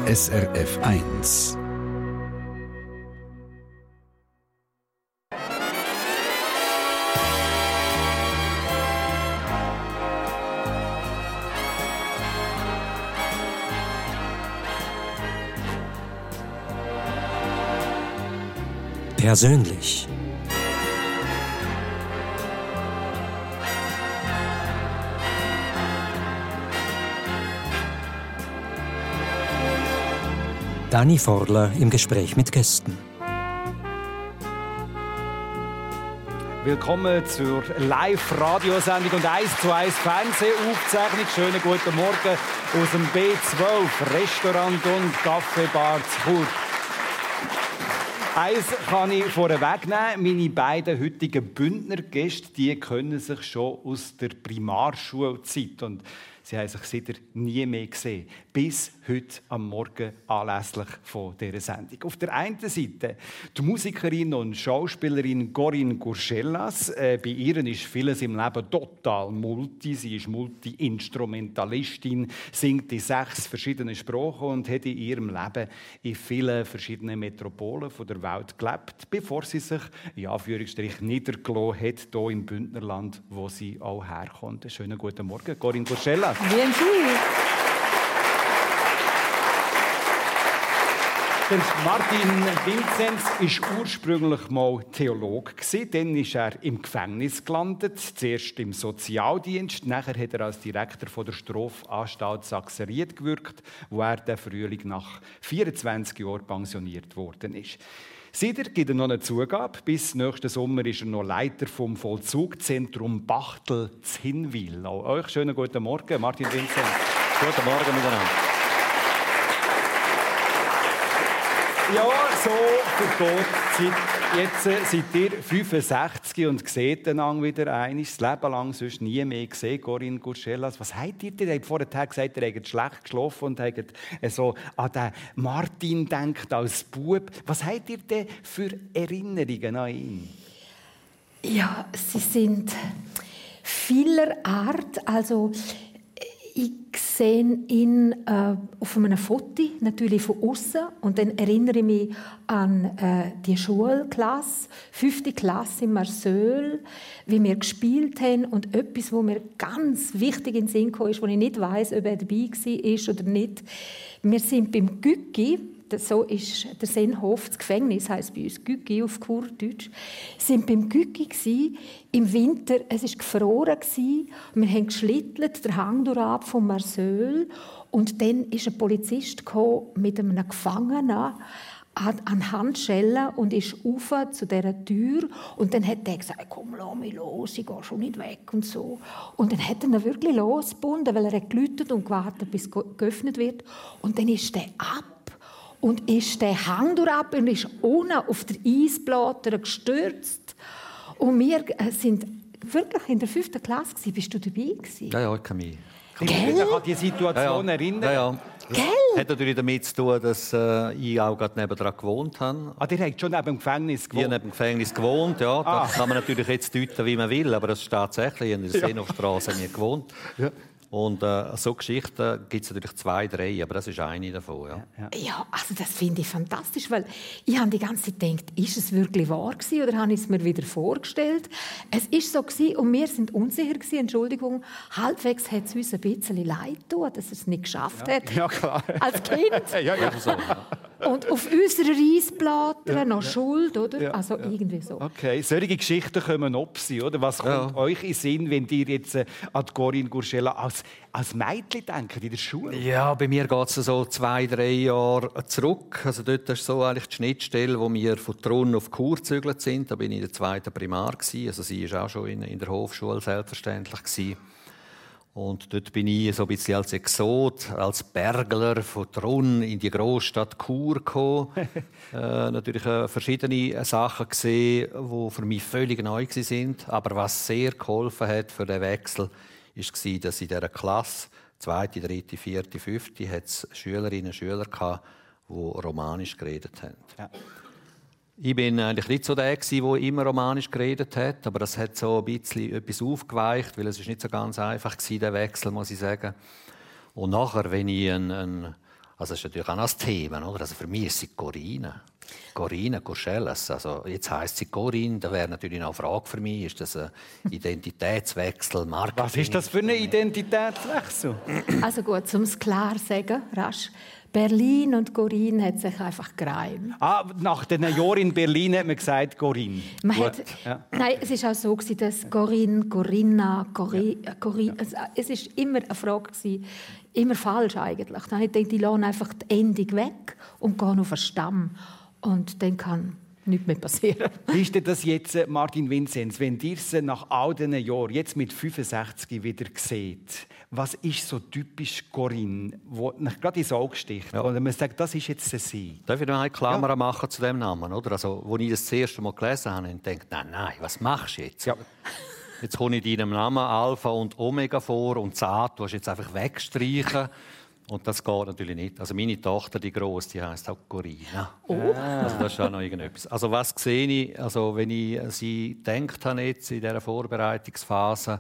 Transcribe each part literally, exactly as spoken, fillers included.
S R F eins. Persönlich. Dani Forler im Gespräch mit Gästen. Willkommen zur Live-Radiosendung und eins zu eins Fernsehaufzeichnung. Schönen guten Morgen aus dem B zwölf Restaurant und Kaffeebar zu Chur. Eins kann ich vorwegnehmen. Meine beiden heutigen Bündner Gäste, die kennen sich schon aus der Primarschulzeit. Und sie haben sich seitdem nie mehr gesehen. Bis heute am Morgen anlässlich von dieser Sendung. Auf der einen Seite die Musikerin und Schauspielerin Corinne Gurschellas. Äh, bei ihr ist vieles im Leben total multi. Sie ist Multi-Instrumentalistin, singt in sechs verschiedenen Sprachen und hat in ihrem Leben in vielen verschiedenen Metropolen von der Welt gelebt, bevor sie sich in Anführungsstrichen niedergelassen hat, hier im Bündnerland, wo sie auch herkommt. Schönen guten Morgen, Corinne Gurschellas. Bien, sí. Der Martin Vinzenz war ursprünglich mal Theologe. Dann ist er im Gefängnis gelandet, zuerst im Sozialdienst. Nachher hat er als Direktor von der Strafanstalt Saxeriet gewirkt, wo er den Frühling nach vierundzwanzig Jahren pensioniert worden ist. Seitdem gibt er noch eine Zugabe. Bis nächsten Sommer ist er noch Leiter vom Vollzugszentrum Bachtel zu Hinwil. Auch euch schönen guten Morgen, Martin Vinzenz. Guten Morgen miteinander. Ja, so vergeht die Zeit. Jetzt äh, seid ihr fünfundsechzig und seht einander wieder einmal. Das Leben lang sonst nie mehr gesehen, Corinne Gurschellas. Was habt ihr denn? Ihr habt vorher gesagt, ihr habt schlecht geschlafen und habt äh, so an den Martin gedacht als Bub. Was habt ihr denn für Erinnerungen an ihn? Ja, sie sind vieler Art. Also ich sehe ihn äh, auf einem Foto, natürlich von außen. Und dann erinnere ich mich an äh, die Schulklasse, fünfte Klasse in Marseille, wie wir gespielt haben. Und etwas, was mir ganz wichtig in den Sinn kam, ist, wo ich nicht weiss, ob er dabei war oder nicht. Wir sind beim Güggi, so ist der Sennhof, das Gefängnis heisst bei uns Güggi auf Kurdeutsch, sind beim Güggi gsi, im Winter, es war gefroren gsi, wir haben geschlittelt, der Hang durchab von Marseille und dann ist ein Polizist gekommen mit einem Gefangenen an Handschellen und ist rauf zu dieser Tür und dann hat er gesagt, komm, lass mich los, ich gehe schon nicht weg und so. Und dann hat er ihn wirklich losgebunden, weil er hat geläutet und gewartet, bis geöffnet wird und dann ist er ab und ist der Hang durchab und ist unten auf der Eisplatte gestürzt. Und wir sind wirklich in der fünften Klasse gewesen. Bist du dabei gewesen? Ja, ja, ich kann mich. Ich kann mich an die Situation ja, ja. erinnern. Ja, ja. Das Gell? hat natürlich damit zu tun, dass äh, ich auch gerade nebenan gewohnt habe. Ah, ihr habt schon neben dem Gefängnis gewohnt? Ich habe neben dem Gefängnis gewohnt, ja. Ah. Das kann man natürlich jetzt deuten, wie man will, aber das ist tatsächlich. Ich habe in der Seenhofstrasse ja. gewohnt. Ja. Und äh, so Geschichten gibt es natürlich zwei, drei, aber das ist eine davon. Ja, ja. ja also das finde ich fantastisch, weil ich habe die ganze Zeit gedacht, ist es wirklich wahr gewesen, oder habe ich es mir wieder vorgestellt? Es ist so gewesen, und wir sind unsicher gewesen, Entschuldigung, halbwegs hat es uns ein bisschen leid getan, dass er es nicht geschafft ja. hat. Ja, klar. Als Kind. ja, ja. So, ja. Und auf unserer Reisplatte ja, noch ja. Schuld, oder? Ja, also ja. irgendwie so. Okay, solche Geschichten kommen ab, oder? Was kommt ja. euch in Sinn, wenn ihr jetzt äh, an die Corinne Gurschellas als, als Mädchen denkt, in der Schule? Ja, bei mir geht es so zwei, drei Jahre zurück. Also dort ist so eigentlich die Schnittstelle, wo wir von Trun auf Chur gezögert sind. Da bin ich in der zweiten Primar gewesen. Also sie war auch schon in, in der Hofschule selbstverständlich gewesen. Und dort bin ich so ein bisschen als Exot, als Bergler von Trun in die Großstadt Chur gekommen. äh, natürlich äh, verschiedene Sachen gesehen, die für mich völlig neu sind. Aber was sehr geholfen hat für den Wechsel, war, dass in dieser Klasse, zweite, dritte, vierte, fünfte, hat es Schülerinnen und Schüler gehabt, die Romanisch geredet haben. Ja. Ich bin eigentlich nicht so der, der immer Romanisch geredet hat, aber das hat so ein bisschen etwas aufgeweicht, weil es ist nicht so ganz einfach war, der Wechsel, muss ich sagen. Und nachher, wenn ich einen, einen Also das ist natürlich auch noch das Thema, oder? Also für mich ist sie Corinne. Corinne Courcelles. Also jetzt heisst sie Corinne. Da wäre natürlich noch eine Frage für mich. Ist das ein Identitätswechsel, Marketing? Was ist das für ein Identitätswechsel? Also gut, um es klar zu sagen, rasch. Berlin und Corinne hat sich einfach gereimt. Ah, nach den Jahren in Berlin hat man gesagt Corinne. Man hat, ja. Nein, es war auch so, dass Corinne, Corinna, Cori, ja. Corinne, also es war immer eine Frage, immer falsch eigentlich. Dann habe ich gedacht, ich lasse einfach die Endung weg und gehe auf den Stamm. Und dann kann nichts mehr passieren. Wie ist denn das jetzt, Martin Vinzenz, wenn ihr es nach all diesen Jahren, jetzt mit fünfundsechzig wieder seht? Was ist so typisch Corinne, wo euch gerade ins Auge sticht? Ja. Oder man sagt, das ist jetzt sie. Darf ich noch eine Klammer ja. machen zu diesem Namen? Oder? Also, als ich das, das erste Mal gelesen habe, habe ich gedacht, nein, nein, was machst du jetzt? Ja. Jetzt komme ich deinem Namen Alpha und Omega vor und Zat, du hast jetzt einfach wegstreichen. Und das geht natürlich nicht. Also meine Tochter, die Grosse, die heisst auch Corinna. Oh. Also das ist auch noch irgendetwas. Also was sehe ich, also wenn ich sie gedacht habe jetzt in dieser Vorbereitungsphase,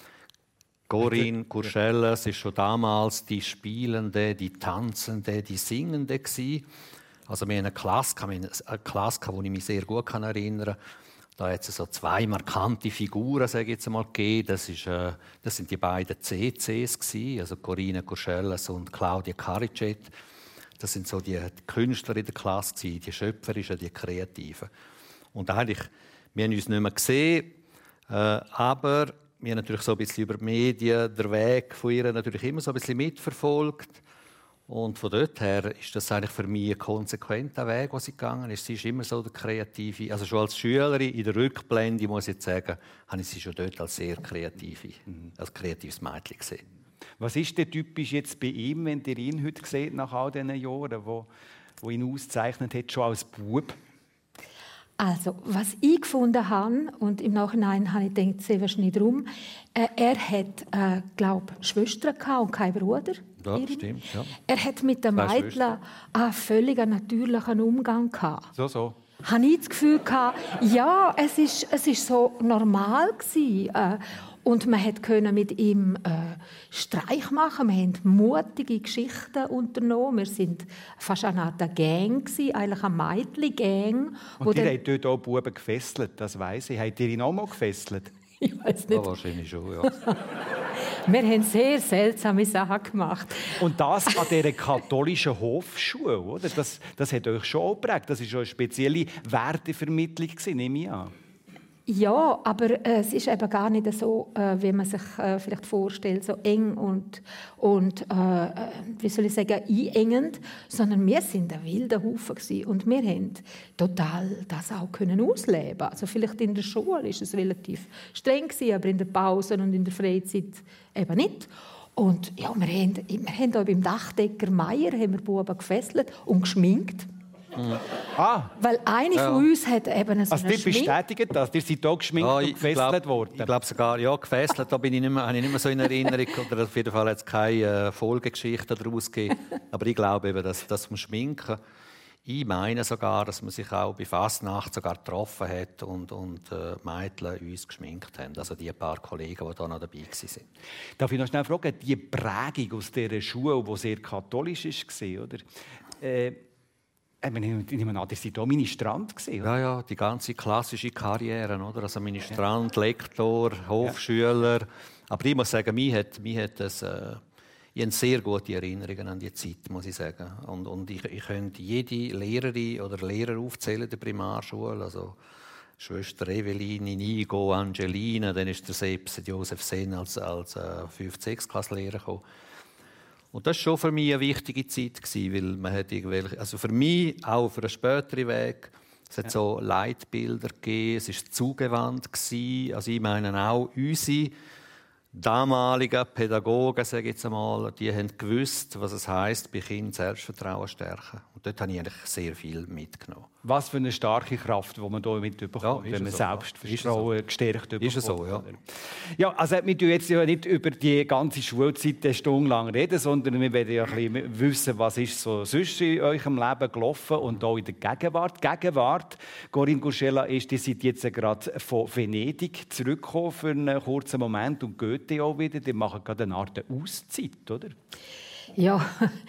Corinne Courcelles war schon damals die Spielende, die Tanzende, die Singende gewesen. Also wir hatten eine Klasse, eine Klasse, die ich mich sehr gut erinnern kann. Da hat es so zwei markante Figuren, sage ich jetzt einmal, gegeben. Das, ist, äh, das sind die beiden C Cs gewesen, also Corinne Courcelles und Claudia Caricet. Das sind so die, die Künstler in der Klasse gewesen, die Schöpferischen, die Kreativen. Und eigentlich, wir haben uns nicht mehr gesehen, äh, aber wir haben natürlich so ein bisschen über die Medien den Weg von ihr natürlich immer so ein bisschen mitverfolgt. Und von dort her ist das eigentlich für mich ein konsequenter Weg, den sie gegangen ist. Sie ist immer so der Kreative. Also schon als Schülerin in der Rückblende, muss ich jetzt sagen, habe ich sie schon dort als sehr kreative, als kreatives Mädchen gesehen. Was ist denn typisch jetzt bei ihm, wenn ihr ihn heute seht, nach all diesen Jahren, wo, wo ihn auszeichnet hat, schon als Bub? Also, was ich gefunden habe, und im Nachhinein habe ich gedacht, sehr wahrscheinlich darum, äh, er hat, äh, glaube ich, Schwestern und keinen Bruder. Ja, stimmt, ja. Er hat mit den Mädchen einen völlig natürlichen Umgang gehabt. So, so. Habe ich das Gefühl gehabt, ja, es ist, es ist so normal gewesen. Äh, und man konnte mit ihm äh, Streich machen. Wir haben mutige Geschichten unternommen. Wir waren fast eine Art Gang, eigentlich eine Mädchen-Gang. Und ihr habt dort auch Buben gefesselt, das weiss ich. Habt ihr ihn auch mal gefesselt? Ich weiß nicht. Ja, wahrscheinlich schon, ja. Wir haben sehr seltsame Sachen gemacht. Und das an dieser katholischen Hofschule, oder? Das, das hat euch schon auch geprägt. Das war schon eine spezielle Wertevermittlung, nehme ich an. Ja, aber äh, es ist eben gar nicht so, äh, wie man sich äh, vielleicht vorstellt, so eng und, und äh, wie soll ich sagen, einengend, sondern wir sind ein wilder Haufen gewesen. Und wir haben total das auch können ausleben. Also vielleicht in der Schule ist es relativ streng gewesen, aber in der Pause und in der Freizeit eben nicht. Und ja, wir haben, wir haben auch beim Dachdecker Meier haben wir Buben gefesselt und geschminkt. Mhm. Ah. Weil eine ja. von uns hat eben so also die bestätigen das? Ihr seid auch geschminkt ja, und gefesselt worden? Ich glaube sogar, ja, gefesselt, da bin ich nicht mehr, habe ich nicht mehr so in Erinnerung. Oder auf jeden Fall hat es keine äh, Folgegeschichte daraus gegeben. Aber ich glaube eben, dass das vom Schminken, ich meine sogar, dass man sich auch bei Fasnacht sogar getroffen hat und, und äh, Mädchen uns geschminkt haben. Also die paar Kollegen, die da noch dabei waren. Darf ich noch schnell fragen, die Prägung aus dieser Schule, die sehr katholisch war, oder? Äh, Ich nehme an, ihr seid auch Ministrant gewesen, oder? Ja, ja, die ganze klassische Karriere, oder? Also Ministrant, ja. Lektor, Hofschüler. Ja. Aber ich muss sagen, mich hat, mich hat das, äh, ich habe sehr gute Erinnerungen an die Zeit, muss ich sagen. Und, und ich, ich könnte jede Lehrerin oder Lehrer aufzählen der Primarschule. Also Schwester Eveline, Nigo, Angelina, dann ist der Seps, Josef Sen als, als äh, fünfte sechste Klassenlehrer gekommen. Und das war schon für mich eine wichtige Zeit, weil man hat irgendwelche, also für mich, auch für einen späteren Weg, es hat ja. so Leitbilder gegeben, es war zugewandt gewesen. Also ich meine auch unsere damaligen Pädagogen, sage ich jetzt einmal, die haben gewusst, was es heisst, bei Kindern Selbstvertrauen stärken. Und dort habe ich eigentlich sehr viel mitgenommen. Was für eine starke Kraft, die man hier mitbekommt, ja, wenn man so. Selbstvertrauen so. gestärkt bekommt. Ist es so, ja. Ja, also wir reden jetzt ja nicht über die ganze Schulzeit stundenlang reden, sondern wir werden ja ein bisschen wissen, was ist so sonst in eurem Leben gelaufen und auch in der Gegenwart. Gegenwart, Corinne Courcelles, ist, ihr seid jetzt gerade von Venedig zurückgekommen für einen kurzen Moment und geht auch wieder. Die machen gerade eine Art Auszeit, oder? Ja,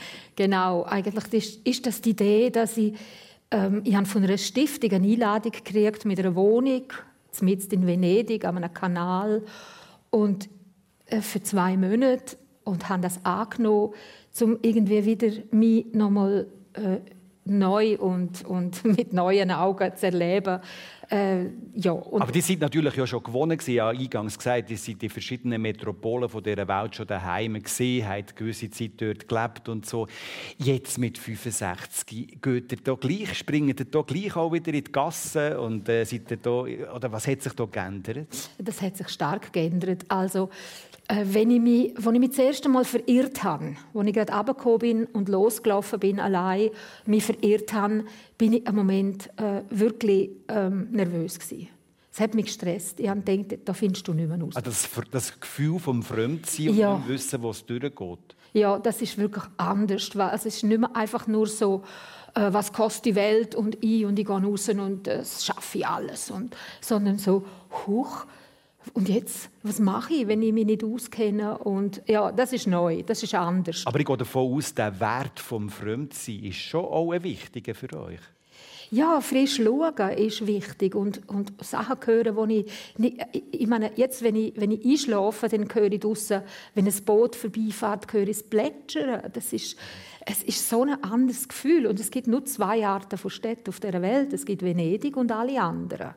genau. Eigentlich ist, ist das die Idee, dass ich, ähm, ich habe von einer Stiftung eine Einladung gekriegt mit einer Wohnung, mitten in Venedig, an einem Kanal, und äh, für zwei Monate, und habe das angenommen, um irgendwie wieder mich nochmal äh, neu und, und mit neuen Augen zu erleben. Äh, ja, und aber die sind natürlich ja schon gewohnt gewesen, ja, eingangs gesagt, die sind in verschiedenen Metropolen von dieser Welt schon daheim gesehen, haben gewisse Zeit dort gelebt und so. Jetzt mit fünfundsechzig geht ihr da gleich, springt ihr da gleich auch wieder in die Gassen und äh, seid ihr da, oder was hat sich da geändert? Das hat sich stark geändert. Also äh, wenn ich mich, als ich mich das erste Mal verirrt habe, als ich gerade runtergekommen bin und losgelaufen bin allein, mich verirrt habe, bin ich einen Moment äh, wirklich ähm, nervös gewesen. Es hat mich gestresst. Ich habe gedacht, da findest du nicht mehr raus. Also das, das Gefühl vom Fremdsein ja. und dem Wissen, wo es durchgeht. Ja, das ist wirklich anders. Weil es ist nicht mehr einfach nur so, äh, was kostet die Welt und ich und ich gehe raus und äh, das schaffe ich alles. Und, sondern so, huch, und jetzt, was mache ich, wenn ich mich nicht auskenne? Und ja, das ist neu, das ist anders. Aber ich gehe davon aus, der Wert vom Fremdsein ist schon auch ein wichtiger für euch. Ja, frisch schauen ist wichtig und, und Sachen hören, die ich nicht, ich meine, jetzt, wenn ich, wenn ich einschlafe, dann höre ich draussen, wenn ein Boot vorbeifährt, höre ich es plätschern. Das ist, es ist so ein anderes Gefühl. Und es gibt nur zwei Arten von Städten auf dieser Welt. Es gibt Venedig und alle anderen.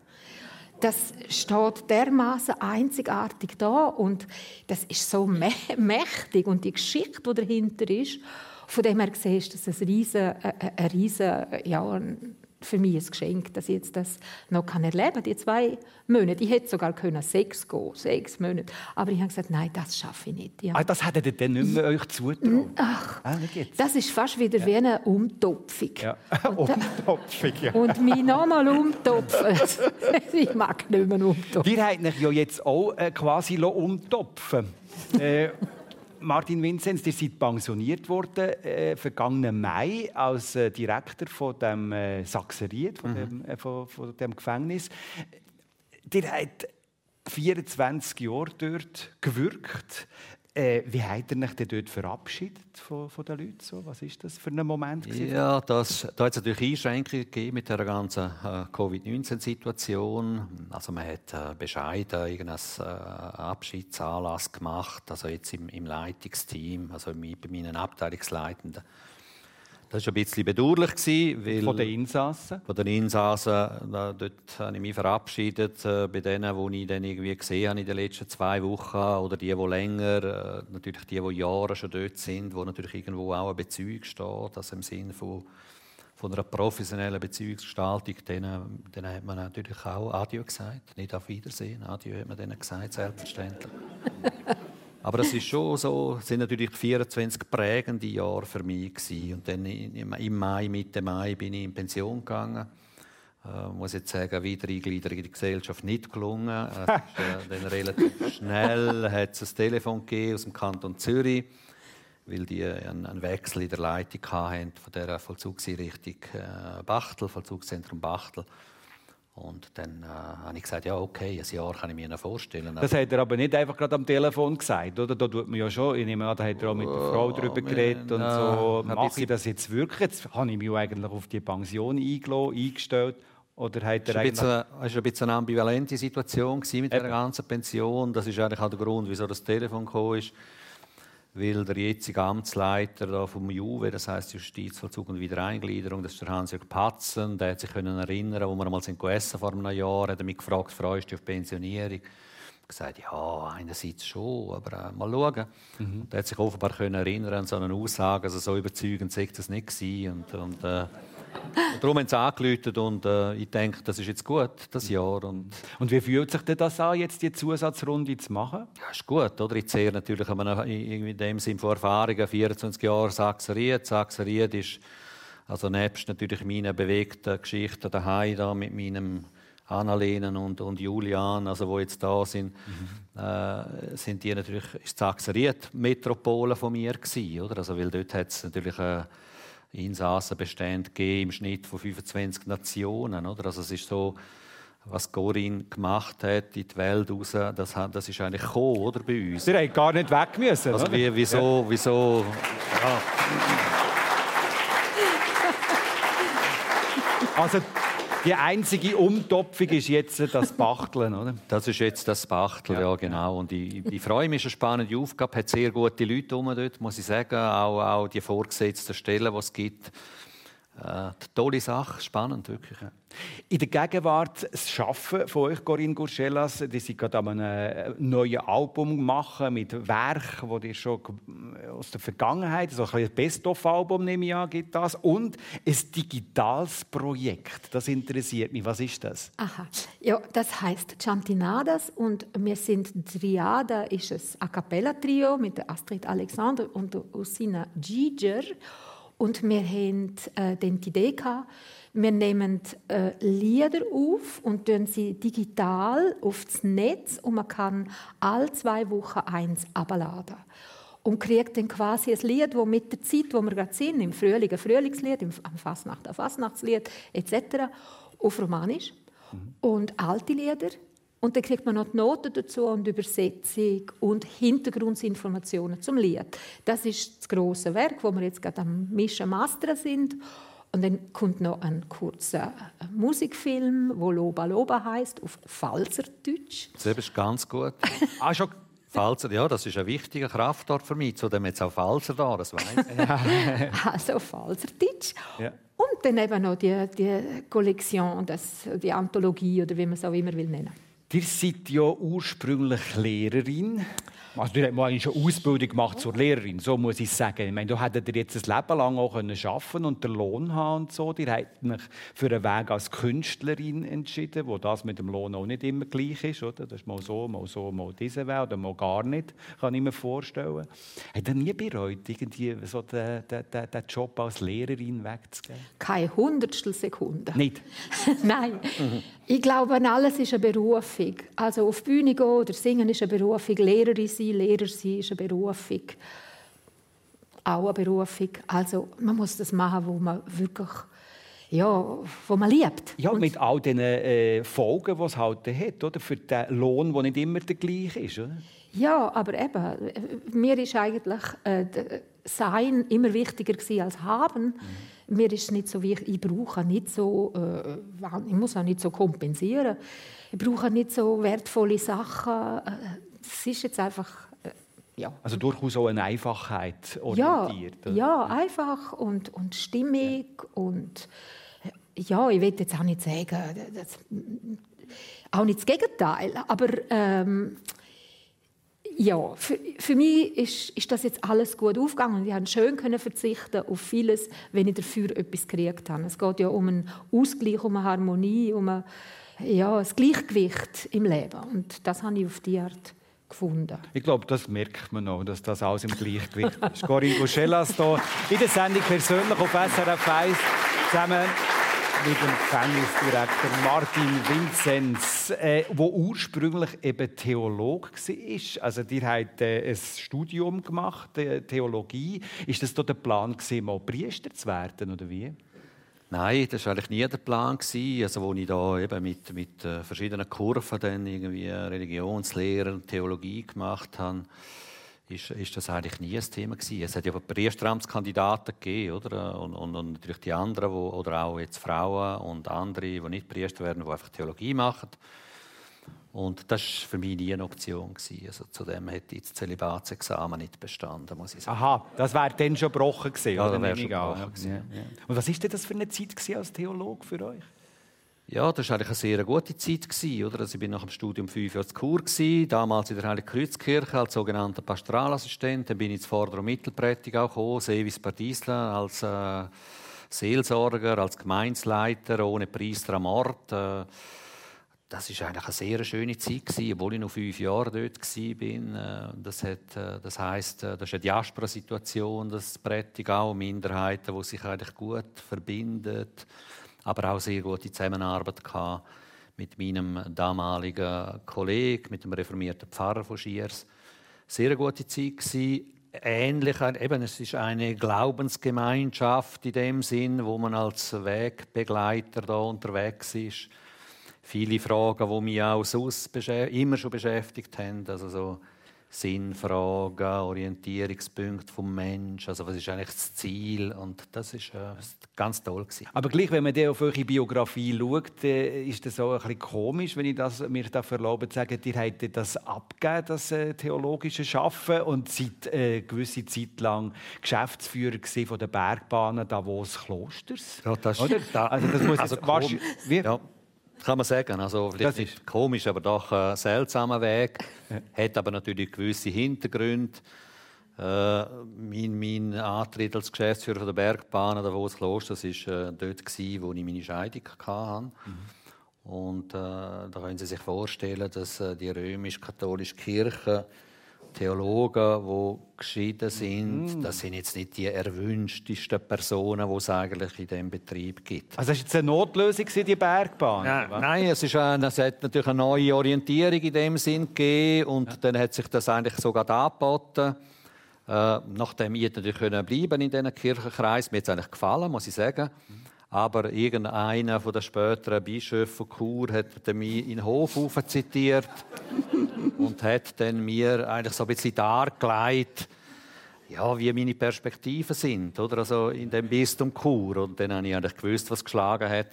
Das steht dermaßen einzigartig da und das ist so mächtig. Und die Geschichte, die dahinter ist, von dem her siehst du, dass es ein riesen, ein riesen, ja, für mich ein Geschenk, dass ich jetzt das noch erleben kann. Die zwei Monate. Ich hätte sogar können sechs gehen, sechs Monate. Aber ich habe gesagt, nein, das schaffe ich nicht. Ja. Ah, das hättet ihr dann nicht mehr euch zutrauen? Ach, ah, das ist fast wieder ja. wie eine Umtopfung. Ja. Umtopfung, ja. Und mich nochmal umtopfen. Ich mag nicht mehr umtopfen. Wir haben euch ja jetzt auch äh, quasi umtopfen. äh, Martin Vinzenz, ihr seid pensioniert worden äh, vergangenen Mai als äh, Direktor von dem äh, Sachseriet, von, mhm. dem, äh, von, von dem Gefängnis. Ihr habt vierundzwanzig Jahre dort gewirkt. Äh, wie habt ihr euch denn dort verabschiedet von, von den Leuten? So? Was war das für ein Moment? Ja, das, da hat es natürlich Einschränkungen gegeben mit der ganzen äh, Covid neunzehn Situation. Also man hat äh, bescheiden irgendeinen äh, Abschiedsanlass gemacht, also jetzt im, im Leitungsteam, also bei meinen Abteilungsleitenden. Das war ein bisschen bedauerlich. Weil von den Insassen? Von den Insassen. Dort habe ich mich verabschiedet äh, bei denen, die ich dann irgendwie gesehen habe in den letzten zwei Wochen. Oder die, die länger, äh, natürlich die, die Jahre schon dort sind, wo natürlich irgendwo auch eine Beziehung steht. Also im Sinne von, von einer professionellen Beziehungsgestaltung. Denen, denen hat man natürlich auch Adieu gesagt. Nicht auf Wiedersehen. Adieu hat man denen gesagt, selbstverständlich. Aber es ist schon so, es sind natürlich vierundzwanzig prägende Jahre für mich gewesen. Und dann im Mai, Mitte Mai, bin ich in Pension gegangen. Ich äh, muss jetzt sagen, Wiedereingliederung in die Gesellschaft nicht gelungen. Es ist, äh, dann relativ schnell hat es ein Telefon gegeben aus dem Kanton Zürich, weil die einen, einen Wechsel in der Leitung hatten von der Vollzugseinrichtung äh, Bachtel, Vollzugszentrum Bachtel. Und dann äh, habe ich gesagt, ja okay, ein Jahr kann ich mir noch vorstellen. Das hat er aber nicht einfach gerade am Telefon gesagt, oder? Da tut man ja schon, ich nehme an, da hat er auch mit der Frau darüber oh, geredet und so. Mache ich das jetzt wirklich? Jetzt habe ich mich eigentlich auf die Pension eingelassen, eingestellt. Oder hat er es war ein, ein bisschen eine ambivalente Situation mit der ganzen Pension. Das ist eigentlich auch der Grund, wieso das Telefon gekommen ist. Weil der jetzige Amtsleiter vom Juve, das heisst Justizvollzug und Wiedereingliederung, das ist der Hans-Jörg Patzen, der hat sich erinnern, wo wir einmal sind essen vor einem Jahr, hat er mich gefragt, freust du dich auf Pensionierung? Ich habe gesagt, ja, einerseits schon, aber äh, mal schauen. Mhm. Der hat sich offenbar können erinnern an so eine Aussage, also so überzeugend sei das nicht gewesen. Und, und, äh, und darum haben sie angerufen und äh, ich denke, das ist jetzt gut, das Jahr. Und, und wie fühlt sich denn das an, jetzt die Zusatzrunde zu machen? Ja, ist gut, oder? Ich zehre natürlich in dem Sinn von Erfahrungen, vierundzwanzig Jahre Sachseriet. Sachseriet ist, also nebst natürlich meinen bewegten Geschichten daheim da mit meinem Annalena und, und Julian, also wo jetzt da sind, mhm. äh, sind die natürlich, ist Sachseriet Metropole von mir gewesen, oder? Also weil dort hat es natürlich eine Insassenbestände gegeben, im Schnitt von fünfundzwanzig Nationen. Oder? Also es ist so, was Corinne gemacht hat in die Welt raus, das, das ist eigentlich gekommen, oder, bei uns. Sie hätten gar nicht weg müssen. Also wie, wieso, ja. wieso ja. Also die einzige Umtopfung ist jetzt das Bachteln, oder? Das ist jetzt das Bachteln, ja, ja genau. Und ich, ich freue mich, es ist eine spannende Aufgabe, hat sehr gute Leute rum dort, muss ich sagen, auch, auch die vorgesetzten Stellen, die es gibt. Äh, tolle Sache, spannend, wirklich. Ja. In der Gegenwart, das Arbeiten von euch, Corinne Gurschellas, die sind gerade an einem neuen Album machen mit Werken, die ihr schon aus der Vergangenheit, so ein Best-of-Album, nehme ich an, gibt das. Und ein digitales Projekt, das interessiert mich. Was ist das? Aha, ja, das heisst Chantinadas und wir sind Triada, ist ein A Cappella-Trio mit Astrid Alexander und Usina Giger. Und wir hatten äh, die Idee gehabt, wir nehmen äh, Lieder auf und tun sie digital aufs Netz und man kann alle zwei Wochen eins abladen. Und kriegt dann quasi ein Lied, das mit der Zeit, wo wir gerade sind, im Frühling ein Frühlingslied, im Fasnacht ein Fasnachtslied et cetera, auf Romanisch. Mhm. Und alte Lieder. Und dann kriegt man noch die Noten dazu und Übersetzung und Hintergrundinformationen zum Lied. Das ist das grosse Werk, wo wir jetzt gerade am Mischen Mastern sind. Und dann kommt noch ein kurzer Musikfilm, der «Loba Loba» heisst, auf Pfalzerdeutsch. Das ist ganz gut. ah, schon Pfalzer, ja, das ist ein wichtiger Kraftort für mich. Zudem jetzt auch Pfalzer da, das weiss ich. Also Pfalzerdeutsch. Ja. Und dann eben noch die, die Kollektion, das, die Anthologie oder wie man es auch immer will nennen. Ihr seid ja ursprünglich Lehrerin. Also, du hast mal eine Ausbildung gemacht zur Lehrerin, so muss ich sagen. Ich meine, du hättet ihr jetzt ein Leben lang auch arbeiten können und den Lohn haben und so. Ihr habt euch für einen Weg als Künstlerin entschieden, wo das mit dem Lohn auch nicht immer gleich ist. Oder? Das ist mal so, mal so, mal diesen Weg oder mal gar nicht, kann ich mir vorstellen. Habt ihr nie bereut, irgendwie so den, den, den Job als Lehrerin wegzugeben? Keine Hundertstel Sekunde. Nicht? Nein. Mhm. Ich glaube, alles ist eine Berufung. Also auf die Bühne gehen oder singen ist eine Berufung. Lehrerin sein, Lehrer sein ist eine Berufung. Auch eine Berufung. Also man muss das machen, wo man wirklich, ja, wo man liebt. Ja, und mit all den äh, Folgen, die es halt hat, oder? Für den Lohn, der nicht immer der gleiche ist. Oder? Ja, aber eben, mir ist eigentlich äh, Sein immer wichtiger gewesen als Haben. Mhm. Mir ist nicht so wichtig, ich brauche nicht so, äh, ich muss auch nicht so kompensieren. Ich brauche nicht so wertvolle Sachen. Es ist jetzt einfach, äh, ja. Also durchaus auch eine Einfachheit orientiert. Ja, ja, einfach und, und stimmig ja. und ja, ich will jetzt auch nicht sagen, das, auch nicht das Gegenteil, aber ähm, ja, für, für mich ist, ist das jetzt alles gut aufgegangen und ich konnte schön können verzichten auf vieles, wenn ich dafür etwas gekriegt habe. Es geht ja um einen Ausgleich, um eine Harmonie, um ein, ja, ein Gleichgewicht im Leben und das habe ich auf die Art gefunden. Ich glaube, das merkt man noch, dass das alles im Gleichgewicht ist. Corinne Gurschellas hier in der Sendung persönlich auf S R F eins zusammen mit dem Gefängnisdirektor Martin Vinzenz, äh, der ursprünglich eben Theologe war. Also, ihr habt äh, ein Studium gemacht, äh, Theologie. Ist das da der Plan gewesen, mal Priester zu werden, oder wie? Nein, das war eigentlich nie der Plan. Also, als ich da eben mit, mit äh, verschiedenen Kurven dann irgendwie Religionslehre und Theologie gemacht habe, ist, ist das eigentlich nie ein Thema gewesen. Es hat ja Priesteramtskandidaten gegeben, oder? Und, und, und natürlich die anderen, wo, oder auch jetzt Frauen und andere, die nicht Priester werden, die einfach Theologie machen. Und das war für mich nie eine Option gewesen. Also zudem hätte ich das Zölibatsexamen nicht bestanden, muss ich sagen. Aha, das wäre dann schon gebrochen gewesen, ja, oder? Wäre schon gebrochen gewesen. Ja, ja. Und was war denn das für eine Zeit gewesen als Theologe für euch? Ja, das war eigentlich eine sehr gute Zeit gewesen, oder? Also ich bin nach dem Studium fünf Jahre in Chur gewesen, damals in der Heiligkreuzkirche als sogenannter Pastoralassistent. Dann bin ich zur Vorder- und Mittelpredigt auch gekommen, Sevis Bardisla als äh, Seelsorger, als Gemeinsleiter, ohne Priester am Ort. Äh, das war eigentlich eine sehr schöne Zeit gewesen, obwohl ich noch fünf Jahre dort war. Das, hat, das heisst, das ist eine Diaspora-Situation, das Predigt auch, Minderheiten, die sich eigentlich gut verbinden. Aber auch sehr gute Zusammenarbeit mit meinem damaligen Kollegen, mit dem reformierten Pfarrer von Schiers. Sehr eine gute Zeit gewesen. Ähnlich, eben, es ist eine Glaubensgemeinschaft in dem Sinn, wo man als Wegbegleiter da unterwegs ist. viele Fragen, die mich auch sonst immer schon beschäftigt haben. Also so Sinnfragen, Orientierungspunkte vom Menschen, also was ist eigentlich das Ziel, und das ist äh, ganz toll gewesen. Aber gleich, wenn man auf eure Biografie schaut, äh, ist das auch ein bisschen komisch, wenn ich das, mir das erlaube zu sagen, ihr habt das abgegeben, das äh, theologische Arbeiten, und seid äh, gewisse Zeit lang Geschäftsführer von der Bergbahnen Davos Klosters. Ja, das, oder? Da, also das muss also jetzt, wasch, wie? Ja. Kann man sagen. Also vielleicht nicht komisch, aber doch ein seltsamer Weg. Ja. Hat aber natürlich gewisse Hintergründe. Äh, mein, mein Antritt als Geschäftsführer der Bergbahnen Davos Klosters war äh, dort, wo ich meine Scheidung hatte. Mhm. Und äh, da können Sie sich vorstellen, dass äh, die römisch-katholische Kirche, Theologen, die geschieden sind, mm. das sind jetzt nicht die erwünschtesten Personen, die es eigentlich in diesem Betrieb gibt. Also war jetzt eine Notlösung, die Bergbahn? Ja, nein, es, ist eine, es hat natürlich eine neue Orientierung in dem Sinn gegeben, und ja. dann hat sich das eigentlich sogar angeboten. Äh, nachdem ich natürlich können bleiben in diesen Kirchenkreis, mir hat es eigentlich gefallen, muss ich sagen. Mhm. Aber irgendeiner der späteren Bischöfe von Chur hat mich in den Hof zitiert und hat dann mir eigentlich so ein bisschen dargelegt, ja, wie meine Perspektiven sind, oder? Also in dem Bistum Chur. Und dann habe ich eigentlich gewusst, was geschlagen hat.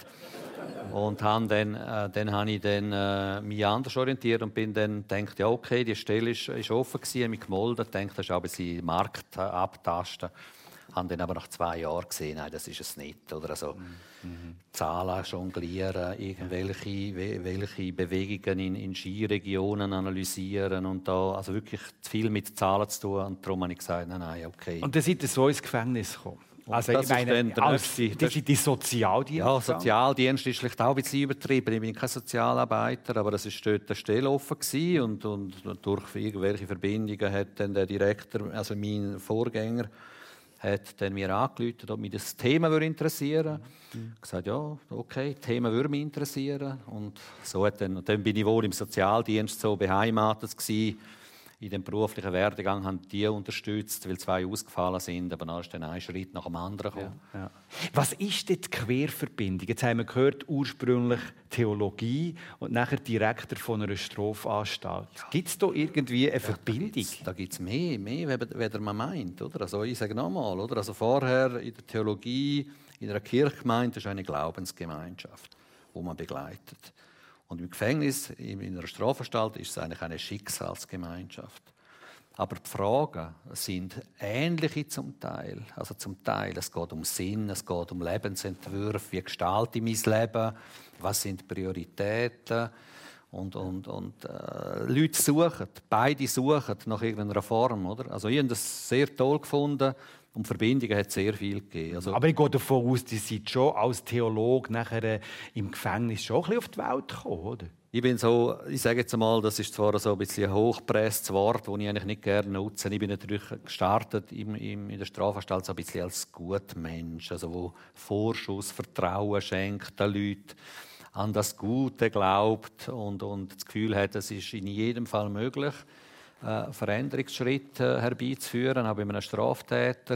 Und dann, äh, dann habe ich dann, äh, mich anders orientiert und bin dann gedacht, ja okay, die Stelle ist, ist offen gewesen, mich gemolden, gedacht, das ist auch ein bisschen Markt äh, abtasten. Habe dann aber nach zwei Jahren gesehen, nein, das ist es nicht. Oder also, mhm. Zahlen jonglieren, irgendwelche welche Bewegungen in, in Skiregionen analysieren und da also wirklich viel mit Zahlen zu tun. Und darum habe ich gesagt, nein, nein, okay. Und dann seid ihr so ins Gefängnis gekommen? Also das ich meine, als die, die, die Sozialdienst? Ja, Sozialdienst ist vielleicht auch ein bisschen übertrieben. Ich bin kein Sozialarbeiter, aber es war dort eine Stelle offen gewesen, und, und durch irgendwelche Verbindungen hat dann der Direktor, also mein Vorgänger, hat dann mir angerufen, ob mich das Thema interessieren würde. Mhm. Ich gesagt, ja, okay, das Thema würde mich interessieren. Und so hat dann, und dann bin ich wohl im Sozialdienst so beheimatet gewesen. In dem beruflichen Werdegang haben die unterstützt, weil zwei ausgefallen sind. Aber dann ist dann ein Schritt nach dem anderen gekommen. Ja, ja. Was ist denn die Querverbindung? Jetzt haben wir gehört, ursprünglich Theologie und nachher Direktor von einer Strafanstalt. Ja. Gibt es da irgendwie eine ja, Verbindung? Da gibt es mehr, mehr, als man meint. Oder? Also ich sage nochmal, oder? Also vorher in der Theologie, in einer Kirchgemeinde, ist eine Glaubensgemeinschaft, die man begleitet. Und im Gefängnis, in einer Strafanstalt, ist es eigentlich eine Schicksalsgemeinschaft. Aber die Fragen sind ähnliche zum Teil. Also zum Teil, es geht um Sinn, es geht um Lebensentwürfe, wie gestalte ich mein Leben, was sind die Prioritäten. Und, und, und äh, Leute suchen, beide suchen nach irgendeiner Form. Oder? Also ich habe das sehr toll gefunden. Und Verbindungen hat es sehr viel gegeben. Also, aber ich gehe davon aus, dass Sie schon als Theologe nachher äh, im Gefängnis schon ein bisschen auf die Welt gekommen, oder? Ich bin so, ich sage jetzt mal, das ist zwar so ein bisschen ein hochgepresstes Wort, das ich eigentlich nicht gerne nutze. Ich bin natürlich gestartet im, im, in der Strafanstalt so ein bisschen als guter Mensch, also wo Vorschuss, Vertrauen schenkt den Leuten, an das Gute glaubt und, und das Gefühl hat, es ist in jedem Fall möglich, Äh, Veränderungsschritte äh, herbeizuführen, auch bei einem Straftäter.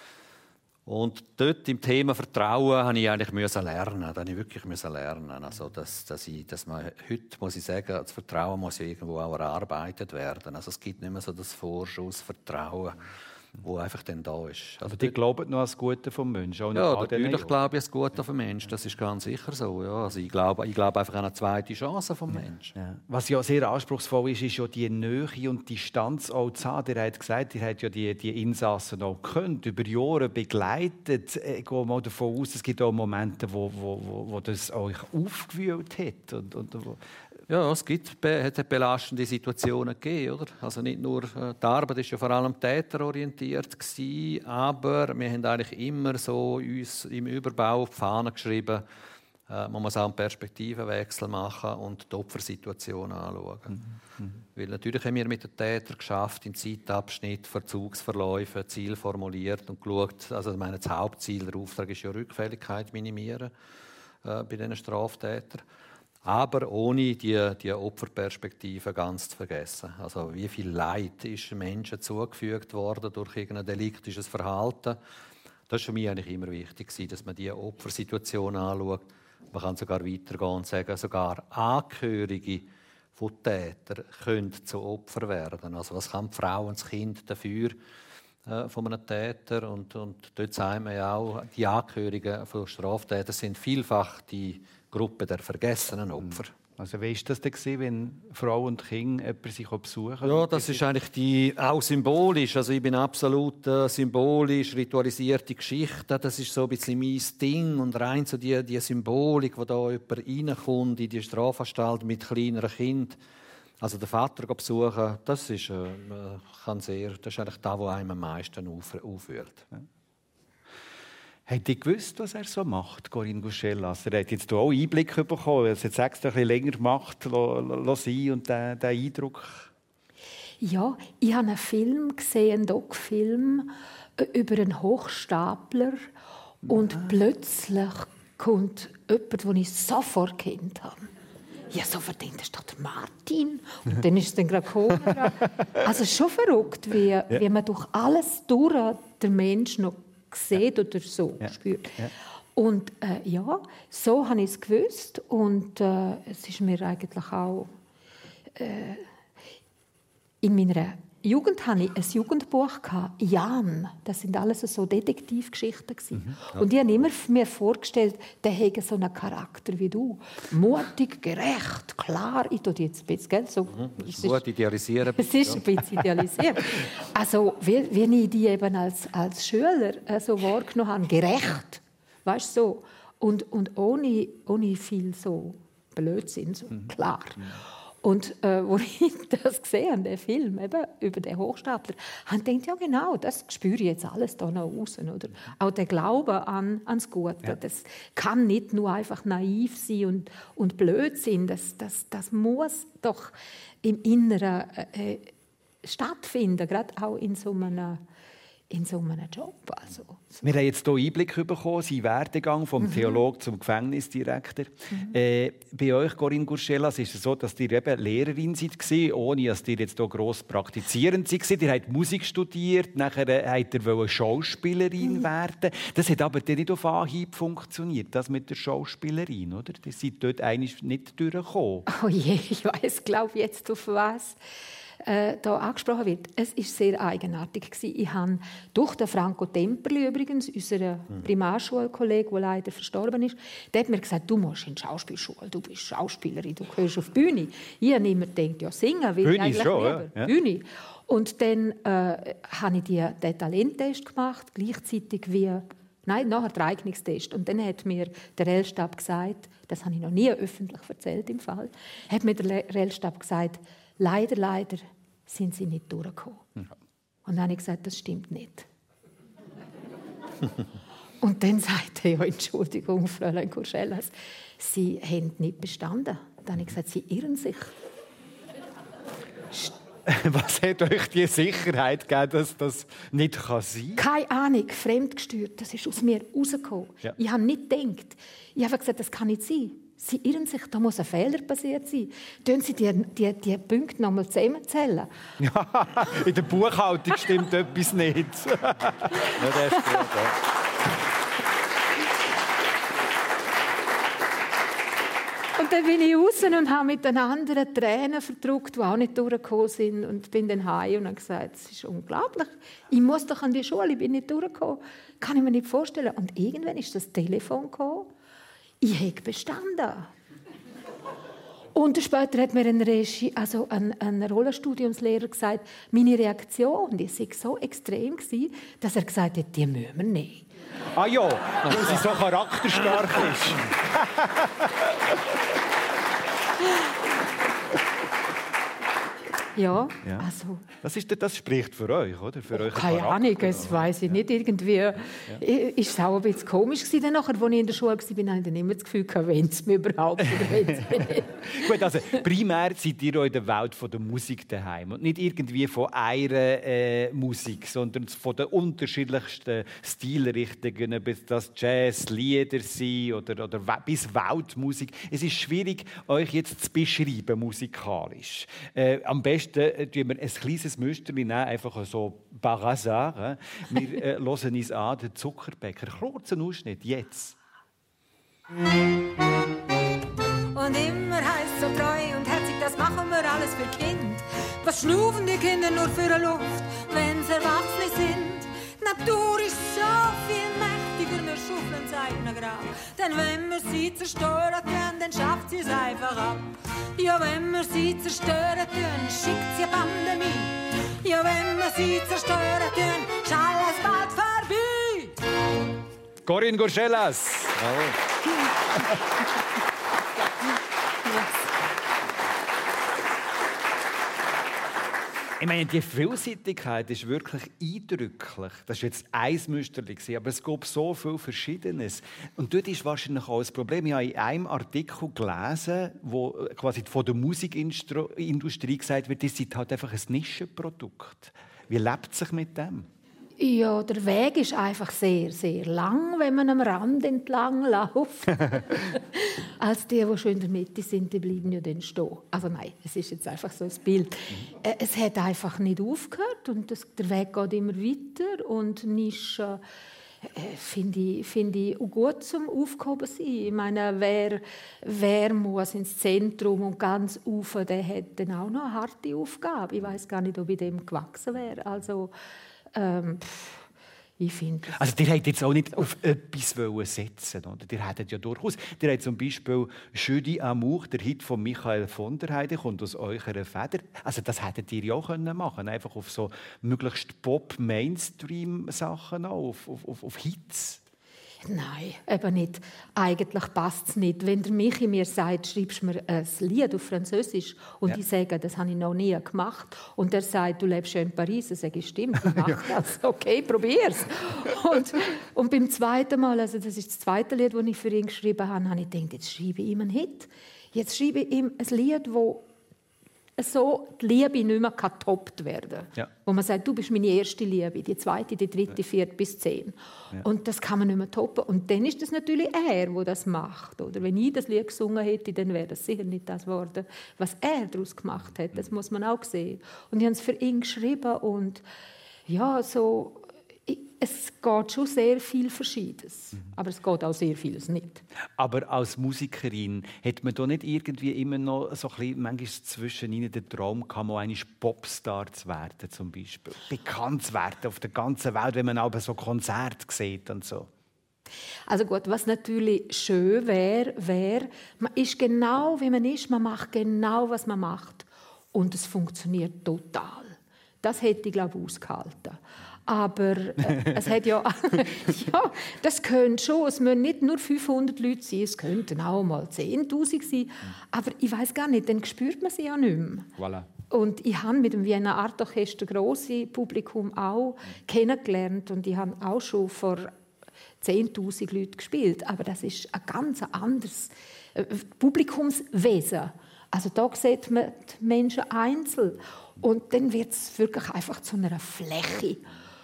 Und dort im Thema Vertrauen musste ich eigentlich müssen lernen. Da musste ich wirklich müssen lernen. Also, dass, dass, ich, dass man heute, muss ich sagen, das Vertrauen muss ja irgendwo auch erarbeitet werden. Also, es gibt nicht mehr so das Vorschussvertrauen, wo einfach dann da ist. Also die glauben noch an das Gute vom Menschen? Ja, natürlich glaube ich an das Gute vom Menschen. Das ist ganz sicher so. Ja. Also ich glaube, ich glaube einfach an eine zweite Chance vom Menschen. Ja. Was ja sehr anspruchsvoll ist, ist ja die Nähe und Distanz auch zu haben. Ihr habt gesagt, ihr habt ja die, die Insassen auch gekannt, über Jahre begleitet. Ich gehe mal davon aus, es gibt auch Momente, wo, wo, wo, wo das euch aufgewühlt hat. Und, und, Ja, es gibt, hat belastende Situationen gegeben, oder? Also nicht nur die Arbeit war ja vor allem täterorientiert gewesen, aber wir haben eigentlich immer so uns im Überbau auf die Fahne geschrieben, äh, man muss auch einen Perspektivenwechsel machen und die Opfersituation anschauen. Mhm. Mhm. Weil natürlich haben wir mit den Tätern geschafft, im Zeitabschnitt Verzugsverläufe, Ziel formuliert und geschaut. Also ich meine, das Hauptziel, der Auftrag ist ja Rückfälligkeit minimieren äh, bei diesen Straftätern. Aber ohne die, die Opferperspektive ganz zu vergessen. Also wie viel Leid ist Menschen zugefügt worden durch irgendein deliktisches Verhalten. Das war für mich eigentlich immer wichtig, dass man diese Opfersituation anschaut. Man kann sogar weitergehen und sagen, sogar Angehörige von Tätern können zu Opfern werden. Also was kann die Frau und das Kind dafür äh, von einem Täter? Und, und dort sagen wir ja auch, die Angehörigen von Straftätern sind vielfach die Gruppe der vergessenen Opfer. Also wie war das denn, wenn Frau und Kind jemanden sich besuchen? Ja, das ist eigentlich die, auch symbolisch. Also ich bin absolut äh, symbolisch, ritualisierte Geschichte. Das ist so ein bisschen mein Ding. Und rein so die, die Symbolik, wo da jemand reinkommt in die Strafanstalt mit kleineren Kindern. Also den Vater besuchen, das ist, äh, kann sehr, das ist eigentlich das, was einem am meisten auf, aufwühlt. Ja. Habt ihr gewusst, was er so macht, Corinne Gurschel? Also, er hat jetzt hier auch Einblick bekommen, weil er es jetzt extra ein bisschen länger macht, sein und diesen Eindruck. Ja, ich habe einen Film gesehen, einen Doc-Film über einen Hochstapler. Und ah. plötzlich kommt jemand, den ich sofort kennt habe. Ja, so verdient ist doch der Martin. Und dann ist es dann gerade gekommen. Also schon verrückt, wie, ja. wie man durch alles durch den Menschen noch sieht oder so ja. spürt. Ja. Und äh, ja, so habe ich es gewusst. Und äh, es ist mir eigentlich auch... Äh, in meiner Jugend hatte ich ein Jugendbuch, «Jan». Das sind alles so Detektivgeschichten. Mhm, ja. Und ich habe immer mir vorgestellt, der hätte so einen Charakter wie du. Mutig, gerecht, klar. Ich tue jetzt ein bisschen, gell? So, mhm, das ist gut idealisieren. Es ist ein bisschen idealisiert. Also, wie, wie ich die eben als, als Schüler äh, so wahrgenommen habe, gerecht. Weißt du, so. Und, und ohne, ohne viel so Blödsinn, so mhm. klar. Mhm. Und äh, als ich das gesehen habe, den Film eben, über den Hochstapler, habe ich gedacht, ja genau, das spüre ich jetzt alles da noch raus. Oder? Auch der Glaube an, ans Gute, ja. das kann nicht nur einfach naiv sein und, und blöd sein. Das, das, das muss doch im Inneren äh, stattfinden, gerade auch in so einem, in so einem Job. Also, so. Wir haben jetzt hier Einblick bekommen, seinen Werdegang vom mhm. Theologen zum Gefängnisdirektor. Mhm. Äh, bei euch, Corinne Gurschel, ist es so, dass ihr eben Lehrerin seid, ohne dass ihr jetzt hier gross praktizierend seid. Ihr habt Musik studiert, nachher wollt ihr Schauspielerin mhm. werden. Das hat aber nicht auf Anhieb funktioniert, das mit der Schauspielerin, oder? Ihr seid dort eigentlich nicht durchgekommen. Oh je, ich weiss, glaube jetzt auf was Äh, da angesprochen wird. Es war sehr eigenartig. Ich habe durch den Franco Temperli übrigens, unseren Primarschulkollegen, der leider verstorben ist, der hat mir gesagt, du musst in die Schauspielschule, du bist Schauspielerin, du gehörst auf die Bühne. Ich habe immer gedacht, ja, singen will Bühne ich eigentlich schon, lieber. Ja. Bühne. Und dann äh, habe ich die, den Talenttest gemacht, gleichzeitig wie Nein, nachher der Eignungstest. Und dann hat mir der Rellstab gesagt, das habe ich noch nie öffentlich erzählt im Fall, hat mir der Rellstab gesagt, leider, leider sind sie nicht durchgekommen. Ja. Und dann habe ich gesagt, das stimmt nicht. Und dann sagte er, ja, Entschuldigung, Fräulein Gurschel, Sie haben nicht bestanden. Dann habe ich gesagt, Sie irren sich. Was hat euch die Sicherheit gegeben, dass das nicht sein kann? Keine Ahnung, fremdgesteuert. Das ist aus mir rausgekommen. Ja. Ich habe nicht gedacht. Ich habe gesagt, das kann nicht sein. Sie irren sich, da muss ein Fehler passiert sein. Tun Sie die, die, die Punkte noch einmal zusammenzählen. Ja, in der Buchhaltung stimmt etwas nicht. Ja, das ist gut, ja. Und dann bin ich raus und habe mit den anderen Tränen verdrückt, die auch nicht durchgekommen sind. Und bin dann heim und habe gesagt, es ist unglaublich. Ich muss doch an die Schule, ich bin nicht durchgekommen. Kann ich mir nicht vorstellen. Und irgendwann ist das Telefon gekommen. Ich habe bestanden. Und später hat mir ein, Regie, also ein, ein Rollenstudiumslehrer gesagt, meine Reaktion die war so extrem, dass er gesagt hat, die müssen wir nicht. Ah ja, weil sie so charakterstark ist. Ja, ja, also... Das, ist, das spricht für euch, oder? Für euch keine Ahnung, das weiss ich nicht. Irgendwie ja. ist es auch ein bisschen komisch gewesen. Nachher, als ich in der Schule war, hatte ich dann immer das Gefühl, wenn es mir überhaupt oder Gut, also primär seid ihr auch in der Welt von der Musik daheim und nicht irgendwie von einer äh, Musik, sondern von den unterschiedlichsten Stilrichtungen, bis das Jazz, Lieder sind oder, oder bis Weltmusik. Es ist schwierig, euch jetzt zu beschreiben musikalisch. Äh, am besten äh, tun wir ein kleines Müsterchen nehmen, einfach so par hasard. Wir äh, hören uns an, den Zuckerbäcker. Kurzen Ausschnitt, jetzt. Und immer heißt so treu und herzig, das machen wir alles für Kind. Was schnufen die Kinder nur für die Luft, wenn sie erwachsen sind? Natur ist so viel mächtiger, wir schuffeln sein eigenes Grab. Denn wenn wir sie zerstören tun, dann schafft sie es einfach ab. Ja, wenn wir sie zerstören tun, schickt sie eine Pandemie. Ja, wenn wir sie zerstören tun, ist alles bald vorbei. Corinne Gurschelas. Ich meine, die Vielseitigkeit ist wirklich eindrücklich. Das war jetzt ein Müsterli, aber es gibt so viel Verschiedenes. Und dort ist wahrscheinlich auch das Problem. Ich habe in einem Artikel gelesen, wo quasi von der Musikindustrie gesagt wird, das ist halt einfach ein Nischenprodukt. Wie lebt es sich mit dem? Ja, der Weg ist einfach sehr, sehr lang, wenn man am Rand entlang läuft. Als die, die schon in der Mitte sind, die bleiben ja dann stehen. Also nein, es ist jetzt einfach so ein Bild. Äh, es hat einfach nicht aufgehört und das, der Weg geht immer weiter. Und Nischen äh, finde ich, find ich auch gut zum Aufgehoben sein. Ich meine, wer, wer muss ins Zentrum und ganz rauf, der hat dann auch noch eine harte Aufgabe. Ich weiß gar nicht, ob ich dem gewachsen wäre. Also, Ähm, ich finde. Also, ihr wollt jetzt auch nicht auf etwas setzen, oder? Ihr hättet ja durchaus. Ihr habt zum Beispiel «Jeudi Amour», der Hit von Michael von der Heide, kommt aus eurer Feder. Also, das hättet ihr ja auch machen können. Einfach auf so möglichst Pop-Mainstream-Sachen, auf, auf, auf, auf Hits. Nein, eben nicht. Eigentlich passt es nicht. Wenn der Michi mir sagt, schreibst du mir ein Lied auf Französisch und ja. ich sage, das habe ich noch nie gemacht und er sagt, du lebst ja in Paris, dann sage ich, stimmt, ich mache das. Okay, probier's. Und, und beim zweiten Mal, also das ist das zweite Lied, das ich für ihn geschrieben habe, habe ich gedacht, jetzt schreibe ich ihm einen Hit. Jetzt schreibe ich ihm ein Lied, das so die Liebe nicht mehr getoppt werden kann. Ja. Wo man sagt, du bist meine erste Liebe, die zweite, die dritte, ja. vierte bis zehn. Ja. Und das kann man nicht mehr toppen. Und dann ist es natürlich er, der das macht. Oder wenn ich das Lied gesungen hätte, dann wäre das sicher nicht das geworden, was er daraus gemacht hat. Das muss man auch sehen. Und ich habe es für ihn geschrieben und ja, so... Es geht schon sehr viel Verschiedenes, aber es geht auch sehr vieles nicht. Aber als Musikerin hat man da nicht irgendwie immer noch so ein bisschen, manchmal zwischen ihnen den Traum gehabt, mal einmal Popstar zu werden, zum Beispiel, bekannt zu werden auf der ganzen Welt, wenn man aber so Konzerte sieht und so? Also gut, was natürlich schön wäre, wäre, man ist genau wie man ist, man macht genau, was man macht und es funktioniert total. Das hätte ich, glaube ich, ausgehalten. Aber äh, es hat ja, ja, das könnte schon, es müssen nicht nur fünfhundert Leute sein, es könnten auch mal zehntausend sein. Aber ich weiß gar nicht, dann spürt man sie ja nicht mehr. Voilà. Und ich habe mit dem Wiener Art Orchester grosse Publikum auch kennengelernt und ich habe auch schon vor zehntausend Leuten gespielt. Aber das ist ein ganz anderes äh, Publikumswesen. Also da sieht man die Menschen einzeln und dann wird es wirklich einfach zu einer Fläche.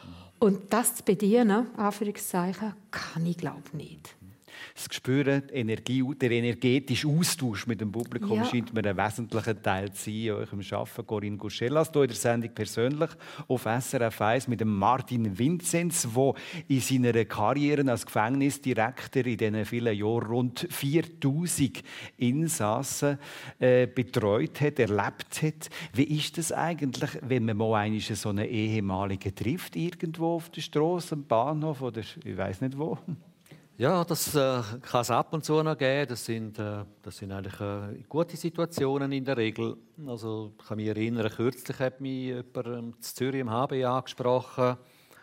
Und das zu bedienen, Anführungszeichen, kann ich glaube nicht. Das Gespüren, die Energie, der energetische Austausch mit dem Publikum ja. scheint mir ein wesentlicher Teil zu sein in eurem Arbeiten. Corinne Gurschelas, hier in der Sendung persönlich auf S R F eins mit dem Martin Vinzenz, der in seiner Karriere als Gefängnisdirektor in diesen vielen Jahren rund viertausend Insassen äh, betreut hat, erlebt hat. Wie ist das eigentlich, wenn man mal einmal so einen ehemaligen trifft, irgendwo auf der Straße, am Bahnhof oder ich weiß nicht wo? Ja, das äh, kann es ab und zu noch geben. Das sind, äh, das sind eigentlich äh, gute Situationen in der Regel. Also, ich kann mich erinnern, kürzlich hat mich jemand ähm, in Zürich im H B angesprochen.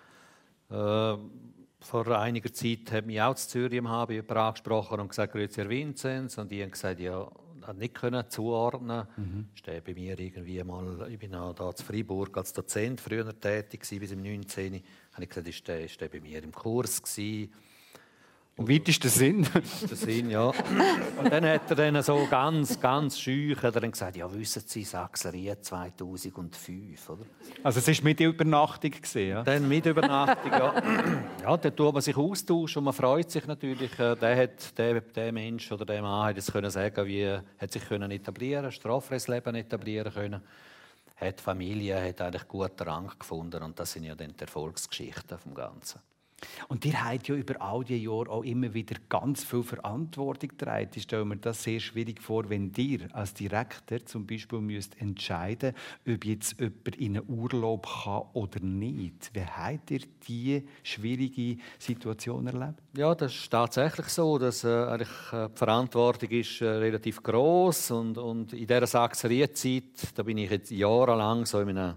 Äh, vor einiger Zeit hat mich auch in Zürich im H B jemand angesprochen und gesagt, «Grüezi, Herr Vinzenz.» Und ich habe gesagt, ja, nicht können zuordnen. Mhm. Stehe bei mir irgendwie mal, ich bin auch da in Freiburg als Dozent früher tätig bis im neunzehn. Habe ich gesagt, ich stehe, ich stehe bei mir im Kurs gewesen. Und weit ist der Sinn? Der Sinn, ja. Und dann hat er dann so ganz, ganz schüch hat er dann gesagt, ja, wissen Sie, Sachsenried zweitausendfünf, oder? Also es war mit Übernachtung, ja? Dann mit Übernachtung, ja. Ja, dann tut man sich austauschen und man freut sich natürlich. Der, hat, der, der Mensch oder der Mann hat es können sagen, wie hat sich können etablieren, straffreies Leben etablieren können, hat Familie, hat eigentlich guten Rang gefunden und das sind ja dann die Erfolgsgeschichten vom Ganzen. Und ihr habt ja über all die Jahre auch immer wieder ganz viel Verantwortung getragen. Ich stelle mir das sehr schwierig vor, wenn ihr als Direktor zum Beispiel müsst entscheiden müsst, ob jetzt jemand in einen Urlaub kann oder nicht. Wie habt ihr diese schwierige Situation erlebt? Ja, das ist tatsächlich so, dass äh, eigentlich, äh, die Verantwortung ist äh, relativ gross und, und in dieser Sachseriezeit, da bin ich jetzt jahrelang so in einem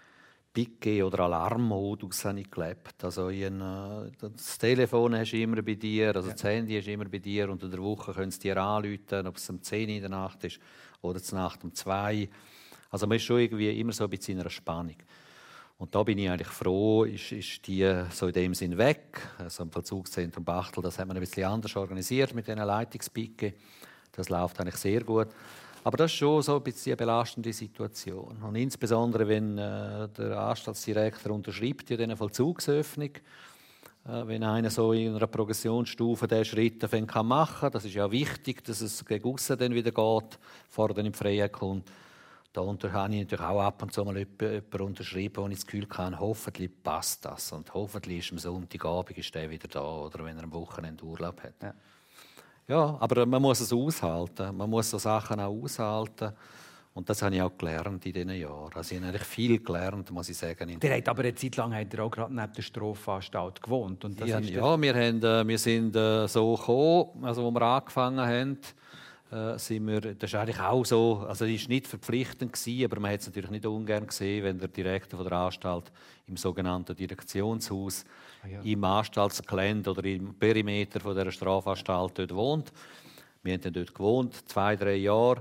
Piquet- oder Alarmmodus habe ich gelebt. Also ich, äh, das Telefon hast du immer bei dir, also ja. Das Handy hast du immer bei dir. Unter der Woche können sie dir anrufen, ob es um zehn Uhr in der Nacht ist oder zur Nacht um zwei Uhr. Also man ist schon irgendwie immer so ein bisschen in einer Spannung. Und da bin ich eigentlich froh, ist, ist die so in dem Sinn weg. Also im Vollzugszentrum Bachtel, das hat man ein bisschen anders organisiert mit diesen Leitungspicken. Das läuft eigentlich sehr gut. Aber das ist schon so ein bisschen eine belastende Situation. Und insbesondere, wenn äh, der Anstaltsdirektor unterschreibt in dieser Vollzugsöffnung, äh, wenn einer so in einer Progressionsstufe diesen Schritt kann machen kann, das ist ja wichtig, dass es gegen aussen dann wieder geht, bevor er dann in die Freiheit kommt. Darunter habe ich natürlich auch ab und zu mal jemanden unterschrieben, wo ich das Gefühl hatte, hoffentlich passt das. Und hoffentlich ist am Sonntagabend ist der wieder da oder wenn er am Wochenende Urlaub hat. Ja. Ja, aber man muss es aushalten. Man muss so Sachen auch aushalten. Und das habe ich auch gelernt in diesen Jahren. Also ich habe eigentlich viel gelernt, muss ich sagen. Der hat aber eine Zeit lang hat er auch gerade neben der Strafanstalt gewohnt. Und das ja, ist ja wir, haben, äh, wir sind äh, so gekommen, also als wir angefangen haben. Äh, sind wir, das ist eigentlich auch so, also es war nicht verpflichtend gewesen, aber man hat es natürlich nicht ungern gesehen, wenn der Direktor von der Anstalt im sogenannten Direktionshaus ah, ja. im Anstaltsgelände oder im Perimeter von dieser Strafanstalt dort wohnt. Wir haben dann dort gewohnt, zwei, drei Jahre.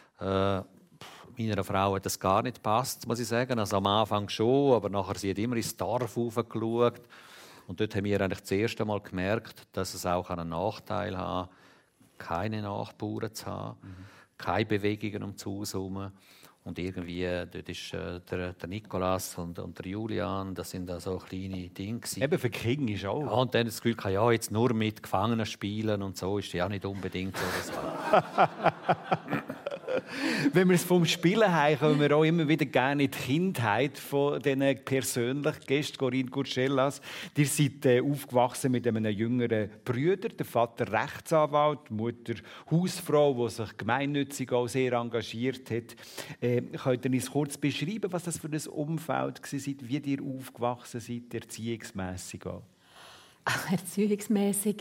Äh, meiner Frau hat das gar nicht gepasst, muss ich sagen. Also am Anfang schon, aber nachher sie hat immer ins Dorf raufgeschaut. Und dort haben wir eigentlich das erste Mal gemerkt, dass es auch einen Nachteil hat, keine Nachbarn zu haben, mhm. keine Bewegungen um das Haus herum. Und irgendwie, dort ist äh, der, der Nikolaus und, und der Julian, das sind da so kleine Dinge. Eben für King ist auch. Ja, und dann das Gefühl, ja, jetzt nur mit Gefangenen spielen und so ist ja auch nicht unbedingt so. Wenn wir es vom Spielen haben, kommen wir auch immer wieder gerne in die Kindheit von diesen persönlichen Gästen, Corinne Gurcellas. Ihr seid äh, aufgewachsen mit einem jüngeren Bruder, der Vater Rechtsanwalt, die Mutter Hausfrau, die sich gemeinnützig auch sehr engagiert hat. Äh, könnt ihr uns kurz beschreiben, was das für ein Umfeld war, wie ihr aufgewachsen seid, erziehungsmässig auch? Ach, erziehungsmässig.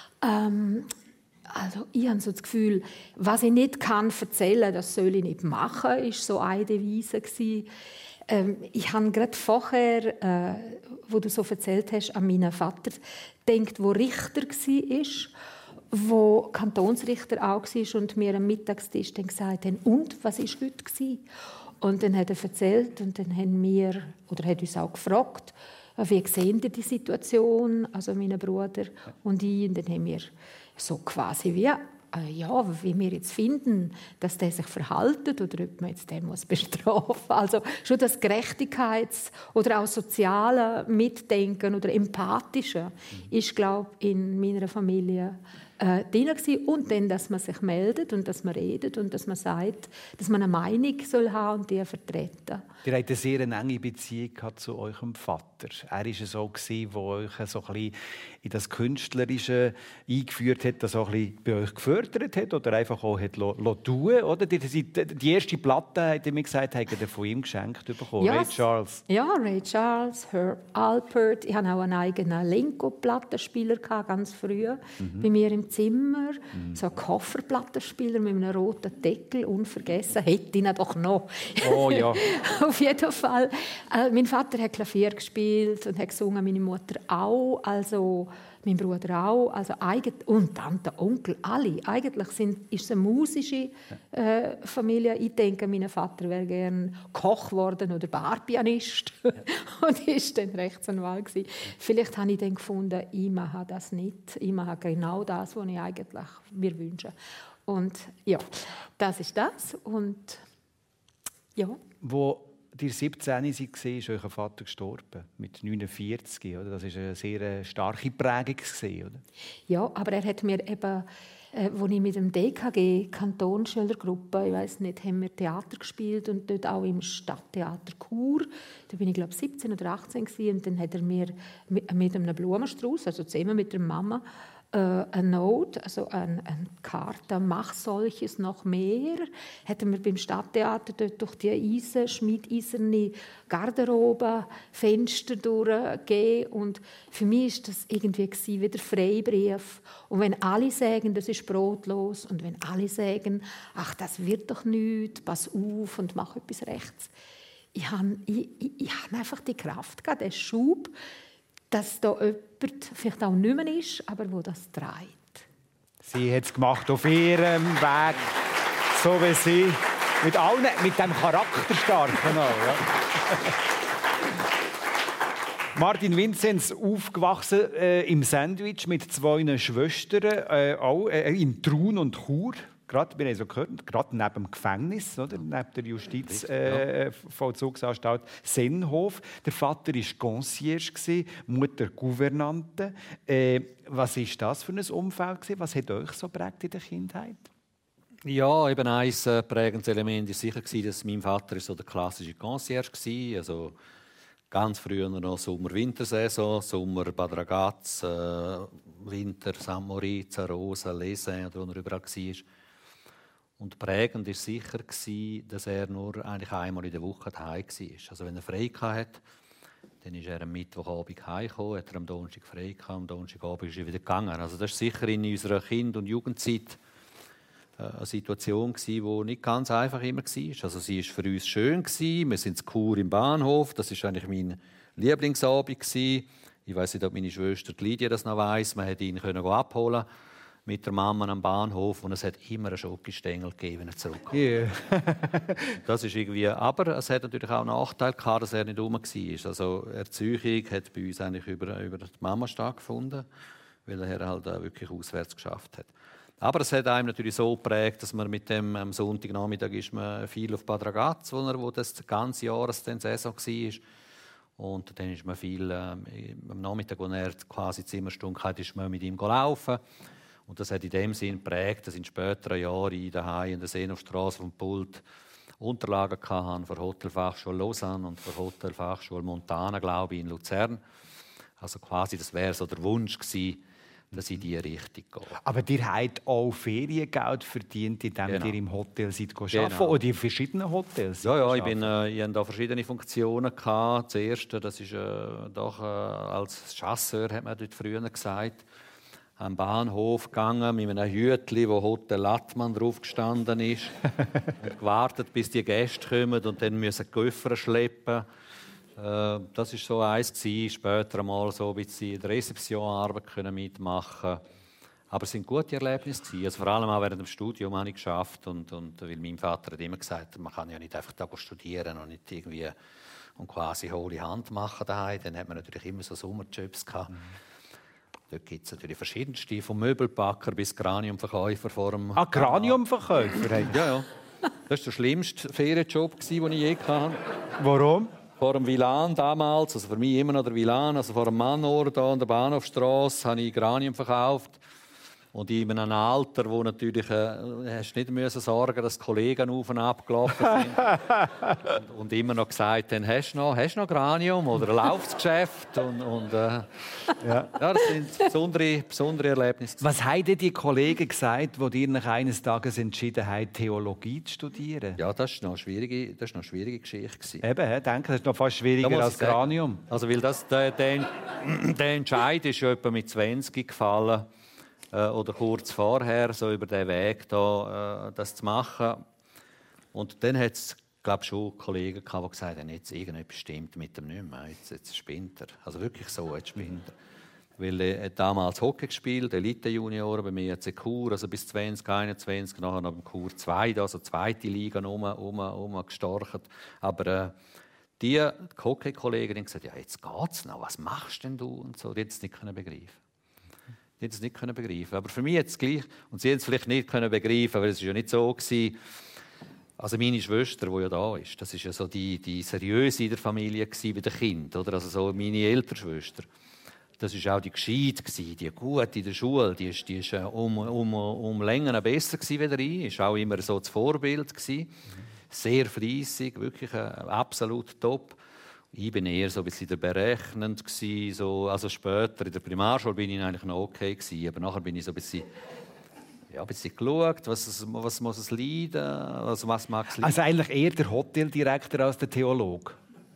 Ähm Also ich habe so das Gefühl, was ich nicht kann erzählen, das soll ich nicht machen, ist so eine Devise gewesen. Ähm, ich habe gerade vorher, äh, wo du so erzählt hast, an meinen Vater gedacht, der Richter war, wo Kantonsrichter auch war und mir am Mittagstisch dann gesagt hat, und, was war heute gewesen? Und dann hat er erzählt und dann haben wir, oder hat uns auch gefragt, wie sehen ihr die Situation, also mein Bruder und ich, und dann haben wir so quasi wie, äh, ja, wie wir jetzt finden, dass der sich verhaltet oder ob man jetzt den muss bestrafen. Also schon das Gerechtigkeits- oder auch soziale Mitdenken oder Empathische mhm. ist, glaube ich, in meiner Familie äh, drin gewesen. Und dann, dass man sich meldet und dass man redet und dass man sagt, dass man eine Meinung soll haben und die vertreten. Ihr habt eine sehr enge Beziehung zu eurem Vater. Er war so, der euch so ein bisschen in das Künstlerische eingeführt hat, das auch ein bisschen bei euch gefördert hat oder einfach auch hat tun oder? Die erste Platte, hat er mir gesagt, hat er von ihm geschenkt bekommen. Ja, Ray Charles. Ja, Ray Charles, Herb Alpert. Ich hatte auch einen eigenen Lenko-Plattenspieler, ganz früh, mhm. bei mir im Zimmer. Mhm. So einen Kofferplattenspieler mit einem roten Deckel, unvergessen. Hätte ich ihn doch noch. Oh ja. Auf jeden Fall. Äh, mein Vater hat Klavier gespielt und hat gesungen, meine Mutter auch, also mein Bruder auch, also eigentlich, und Tante, Onkel, alle. Eigentlich sind, ist es eine musische äh, Familie. Ich denke, mein Vater wäre gerne Koch geworden oder Barpianist ja. und ist dann Rechtsanwalt gewesen. Vielleicht habe ich dann gefunden, ich mache das nicht. Ich mache genau das, was ich eigentlich mir wünsche. Und ja, das ist das. Und ja. Wo ihr siebzehn seid, ist euer Vater gestorben, mit neunundvierzig. Oder? Das war eine sehr starke Prägung. Oder? Ja, aber er hat mir eben, äh, als ich mit dem D K G, Kantonsschülergruppe, ich weiss nicht, haben wir Theater gespielt und dort auch im Stadttheater Chur. Da bin ich, glaube siebzehn oder achtzehn gewesen, und dann hat er mir mit, mit einem Blumenstrauß, also zusammen mit der Mama, eine Note, also eine, eine Karte, mach solches noch mehr, hat er mir beim Stadttheater dort durch die Eisen, schmiedeiserne Garderobe, Fenster durchgegeben. Und für mich war das irgendwie wie der Freibrief. Und wenn alle sagen, das ist brotlos, und wenn alle sagen, ach, das wird doch nichts, pass auf und mach etwas rechts. Ich habe ich, ich, ich hab einfach die Kraft gehabt, den Schub, dass da jemand vielleicht auch nicht mehr ist, aber wo das trägt. Sie hat es gemacht auf ihrem Weg, so wie sie, mit allen, mit dem Charakterstarken auch. Ja. Martin Vinzenz, aufgewachsen äh, im Sandwich mit zwei Schwestern, äh, auch äh, in Trun und Chur. Gerade, wir haben so gehört, gerade neben dem Gefängnis, oder? Neben der Justizvollzugsanstalt äh, Sennhof. Der Vater war Concierge, Mutter Gouvernante. Äh, was war das für ein Umfeld? Was hat euch so geprägt in der Kindheit? Ja, eben ein äh, prägendes Element war sicher, dass mein Vater so der klassische Concierge war. Also ganz früher noch Sommer-Wintersaison, Sommer Bad Ragaz, äh, Winter Sankt Moritz, Rosa, Lesen, wo er überall war. Und prägend war sicher, dass er nur eigentlich einmal in der Woche daheim war. Also wenn er frei hatte, dann ist er am Mittwochabend heimgekommen, hat er am Donnerstag frei gehabt, am Donnerstagabend ist er wieder gegangen. Also das war sicher in unserer Kind- und Jugendzeit eine Situation, die nicht ganz einfach immer war. Also sie war für uns schön. Wir sind in Chur im Bahnhof. Das war eigentlich mein Lieblingsabend. Ich weiss nicht, ob meine Schwester Lydia das noch weiss. Man konnte ihn abholen mit der Mama am Bahnhof, und es hat immer einen Schokostängel gegeben, wenn er zurückkam. Yeah. Das ist irgendwie, aber es hat natürlich auch einen Nachteil gehabt, dass er nicht rum war. Also Erziehung hat bei uns eigentlich über, über die Mama stattgefunden, weil er halt auch wirklich auswärts geschafft hat. Aber es hat einem natürlich so geprägt, dass man mit dem am Sonntagnachmittag ist man viel auf Bad Ragaz, wo, er, wo das ganze Jahr die Saison war. Und dann ist man viel ähm, am Nachmittag, als er quasi die Zimmerstunde hatte, ist man mit ihm gelaufen. Und das hat in dem Sinn geprägt, dass in späteren Jahren daheim in der Seenhofstrasse vom Pult Unterlagen hatte für Hotelfachschule Lausanne und für Hotelfachschule Montana, glaube ich, in Luzern. Also quasi, das wäre so der Wunsch gewesen, dass in diese Richtung geht. Aber ihr habt auch Feriengeld verdient, indem genau. ihr im Hotel seid arbeiten genau. oder in verschiedenen Hotels? Ja, ja, ich, bin, äh, ich hatte da verschiedene Funktionen. Gehabt. Das erste, das ist äh, doch äh, als Chasseur, hat man dort früher gesagt, am Bahnhof gegangen mit einem Hütchen, wo Hotel Lattmann drauf gestanden ist und gewartet, bis die Gäste kommen und dann müssen Koffer schleppen. Äh, das war so eins gewesen. Später einmal so ein bisschen die Rezeptionarbeit mitmachen. Aber es waren gute Erlebnisse gewesen. Also vor allem auch während dem Studium habe ich geschafft und, und weil mein Vater hat immer gesagt, man kann ja nicht einfach da studieren und nicht irgendwie und quasi hohle Hand machen daheim. Dann hat man natürlich immer so Sommerjobs gehabt. Mhm. Dort gibt es natürlich verschiedenste, vom Möbelpacker bis Graniumverkäufer vor dem... Ah, Graniumverkäufer? Ja, ja. Das war der schlimmste Ferienjob, den ich je hatte. Warum? Vor dem Vilan damals, also für mich immer noch der Vilan, also vor dem Manor da an der Bahnhofstrasse, habe ich Granium verkauft. Und in einem Alter, wo natürlich äh, hast nicht müssen sorgen, dass die Kollegen auf und ab gelaufen sind. und, und immer noch gesagt haben, hast du noch, hast du noch Granium oder läuft das Geschäft? Und, und, äh, ja. ja, das sind besondere, besondere Erlebnisse. Was haben die Kollegen gesagt, die dir nach eines Tages entschieden haben, Theologie zu studieren? Ja, das war noch eine schwierige, das war noch eine schwierige Geschichte. Eben, ich denke, das ist noch fast schwieriger als Granium. Also, weil das, der, der, der Entscheid ist etwa mit zwanzig gefallen. Oder kurz vorher, so über den Weg da, äh, das zu machen. Und dann hat es, glaube schon Kollegen gehabt, die gesagt haben, jetzt irgendetwas stimmt mit dem nicht mehr. Jetzt, jetzt spinnt er. Also wirklich so, jetzt spinnt er. Weil er hat damals Hockey gespielt, Elite-Junioren bei mir C Chur, also bis zwanzig einundzwanzig, nachher noch beim Chur zwei, also zweite Liga um, um, um gestorchen. Aber äh, die, die Hockey-Kollegen haben gesagt, ja, jetzt geht's noch, was machst denn du? Und so, die haben es nicht begreifen. Die hätten es nicht begreifen. Aber für mich jetzt gleich, und sie haben es vielleicht nicht begreifen, weil es war ja nicht so gewesen. Also meine Schwester, die ja da ist, das ist ja so die, die seriöse in der Familie bei den Kindern, oder? Also so meine ältere Schwester. Das ist auch die gescheit gsi, die gut in der Schule, die ist, die ist um, um, um Längen besser gsi wie ich, ist auch immer so das Vorbild gsi. Sehr fleissig, wirklich absolut top. Ich bin eher so ein bisschen der berechnend gsi, so also später in der Primarschule bin ich eigentlich noch okay gsi, aber nachher bin ich so ein bisschen ja, ein bisschen geschaut, was, was muss es leiden, also was mag es leiden. Also eigentlich eher der Hoteldirektor als der Theologe.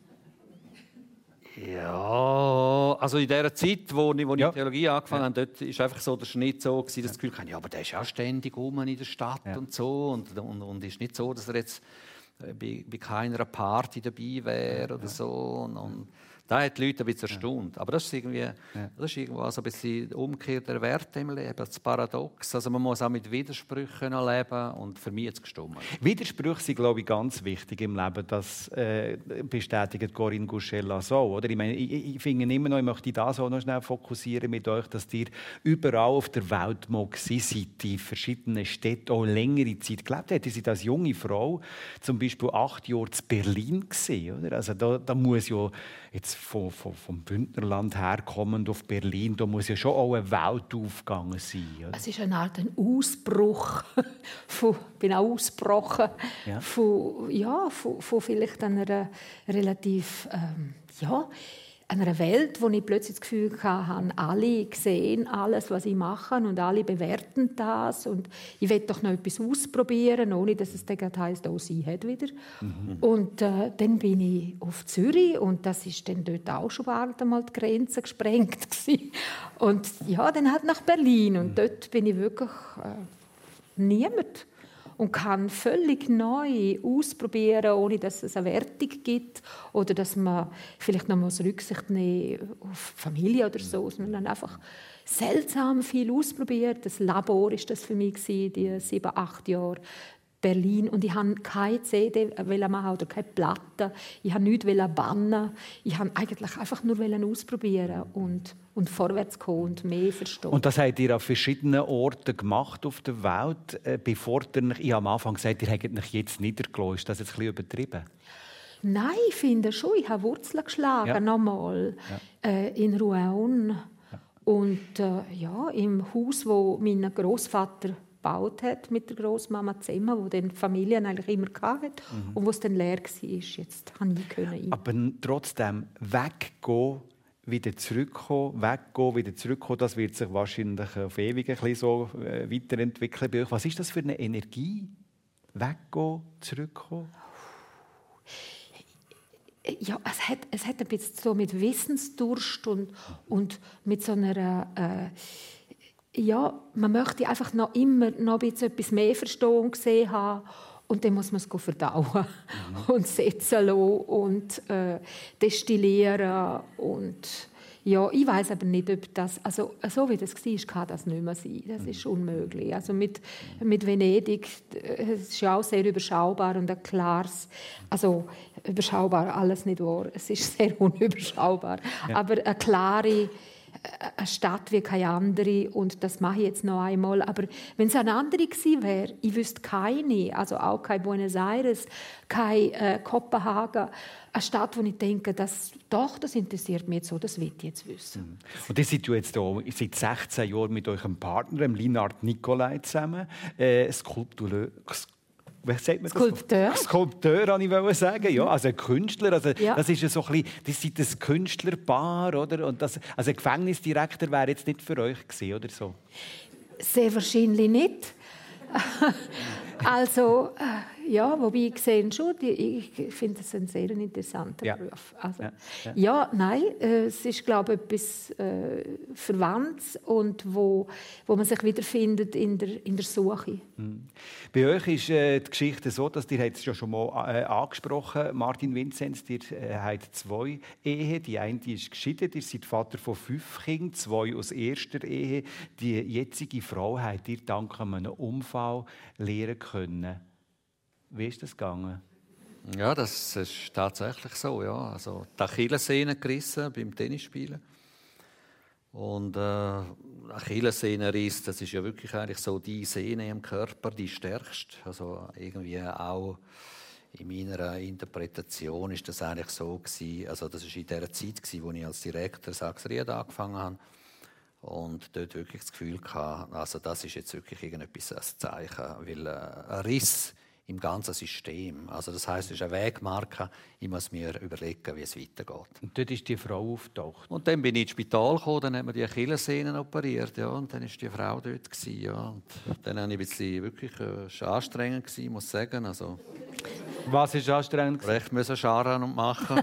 Ja, also in der Zeit, wo ich, wo ich ja. Theologie angefangen ja. habe, dort war einfach so der Schnitt so, dass ich das Gefühl hatte, ja, aber der ist ja ständig rum in der Stadt ja. und so und, und, und ist nicht so, dass er jetzt bei, bei keiner Party dabei wäre oder so. Und, und da hat die Leute ein bisschen erstaunt. Aber das ist irgendwie, ja. das ist irgendwo so ein bisschen die Umkehr der Werte im Leben, das Paradox. Also man muss auch mit Widersprüchen leben und für mich jetzt gestimmt. Widersprüche sind, glaube ich, ganz wichtig im Leben. Das äh, bestätigt Corinne Guschella so. Oder? Ich, meine, ich, ich finde immer noch, ich möchte das auch noch schnell fokussieren mit euch, dass ihr überall auf der Welt mal gewesen seid, in verschiedenen Städten auch längere Zeit gelebt habt. Ihr seid als junge Frau zum Beispiel acht Jahre in Berlin gewesen, oder? Also da, da muss ja jetzt Von, von, vom Bündnerland herkommend auf Berlin, da muss ja schon auch eine Welt aufgegangen sein. Oder? Es ist eine Art ein Ausbruch. Ich bin auch ausgebrochen ja. von, ja, von, von vielleicht einer relativ ähm, ja, einer Welt, wo ich plötzlich das Gefühl hatte, alle sehen alles, was ich mache und alle bewerten das und ich will doch noch etwas ausprobieren, ohne dass es dann heisst, oh, sie hat wieder. Mhm. Und äh, dann bin ich auf Zürich und das ist dann dort auch schon bald einmal die Grenze gesprengt gewesen. Und ja, dann halt nach Berlin und mhm. dort bin ich wirklich äh, niemand. Und kann völlig neu ausprobieren, ohne dass es eine Wertung gibt oder dass man vielleicht noch mal Rücksicht nehmen auf Familie oder so, sondern einfach seltsam viel ausprobiert. Das Labor ist das für mich die sieben, acht Jahre Berlin und ich habe keine C D machen oder keine Platte. Ich habe nichts bannen. Ich habe eigentlich einfach nur ausprobieren und und vorwärts kommen und mehr verstehen. Und das habt ihr an verschiedenen Orten gemacht auf der Welt, äh, bevor ihr, ich habe am Anfang gesagt, ihr habt euch jetzt niedergelassen. Ist das jetzt ein bisschen übertrieben? Nein, ich finde schon. Ich habe Wurzeln geschlagen, ja. nochmal ja. äh, in Rouen. Ja. Und äh, ja, im Haus, wo mein Großvater gebaut hat mit der Großmama zusammen, wo dann die Familie eigentlich immer hatte mhm. und wo es dann leer war. Jetzt kann ich können. Aber trotzdem weggehen, wieder zurückkommen, weggehen, wieder zurückkommen, das wird sich wahrscheinlich auf ewig ein bisschen so weiterentwickeln bei euch. Was ist das für eine Energie? Weggehen, zurückkommen? Ja, es hat, es hat ein bisschen so mit Wissensdurst und, und mit so einer... Äh, ja, man möchte einfach noch immer noch ein bisschen etwas mehr verstehen und gesehen haben. Und dann muss man es verdauen mhm. und setzen lassen und äh, destillieren. Und ja, ich weiß aber nicht, ob das, also so wie das war, kann das nicht mehr sein. Das ist unmöglich. Also mit, mit Venedig, es ist ja auch sehr überschaubar und ein klares, also überschaubar alles nicht wahr, es ist sehr unüberschaubar, ja. aber eine klare eine Stadt wie keine andere und das mache ich jetzt noch einmal. Aber wenn es eine andere gewesen wäre, ich wüsste keine, also auch kein Buenos Aires, kein äh, Kopenhagen, eine Stadt, wo ich denke, das, doch, das interessiert mich jetzt so, das will ich jetzt wissen. Und ihr seid jetzt hier seit sechzehn Jahren mit eurem Partner, dem Linard Nicolai, zusammen. Äh, Skulptur, Wie sagt man Skulpteur. Das? Skulpteur, wollte ich sagen. Ja, also ein Künstler. Also, ja. Das ist so ein bisschen, das ist ein Künstlerpaar, oder? Und das, also ein Gefängnisdirektor wäre jetzt nicht für euch gewesen, oder so? Sehr wahrscheinlich nicht. Also, ja, wobei ich sehe schon, ich finde es einen sehr interessanten ja. Beruf. Also, ja. Ja. ja, nein, es ist, glaube ich, etwas äh, Verwandtes und wo, wo man sich wiederfindet in der, in der Suche. Mhm. Bei euch ist äh, die Geschichte so, dass ihr es ja schon mal äh, angesprochen, Martin Vinzenz, ihr äh, habt zwei Ehen. Die eine ist geschieden, ihr seid Vater von fünf Kindern, zwei aus erster Ehe. Die jetzige Frau habt ihr dank einem Unfall lernen können. Wie ist das gegangen? Ja, das ist tatsächlich so. Ja. Also, die Achillessehne gerissen beim Tennisspielen. Und äh, Achillessehnenriss, das ist ja wirklich eigentlich so die Sehne im Körper, die stärkste. Also irgendwie auch in meiner Interpretation ist das eigentlich so gewesen. Also das war in der Zeit gewesen, wo ich als Direktor Sachsen-Ried angefangen habe und dort wirklich das Gefühl hatte, also das ist jetzt wirklich irgendetwas als Zeichen, weil äh, ein Riss im ganzen System. Also das heisst, es ist eine Wegmarke. Ich muss mir überlegen, wie es weitergeht. Und dort ist die Frau auftaucht. Und dann bin ich ins Spital gekommen, dann hat man die Achillessehnen operiert, ja, und dann war die Frau dort gewesen, ja. Und dann habe ich ein bisschen, wirklich, äh, war anstrengend gewesen, muss ich sagen. Also, was ist anstrengend? Recht müssen scharen und machen.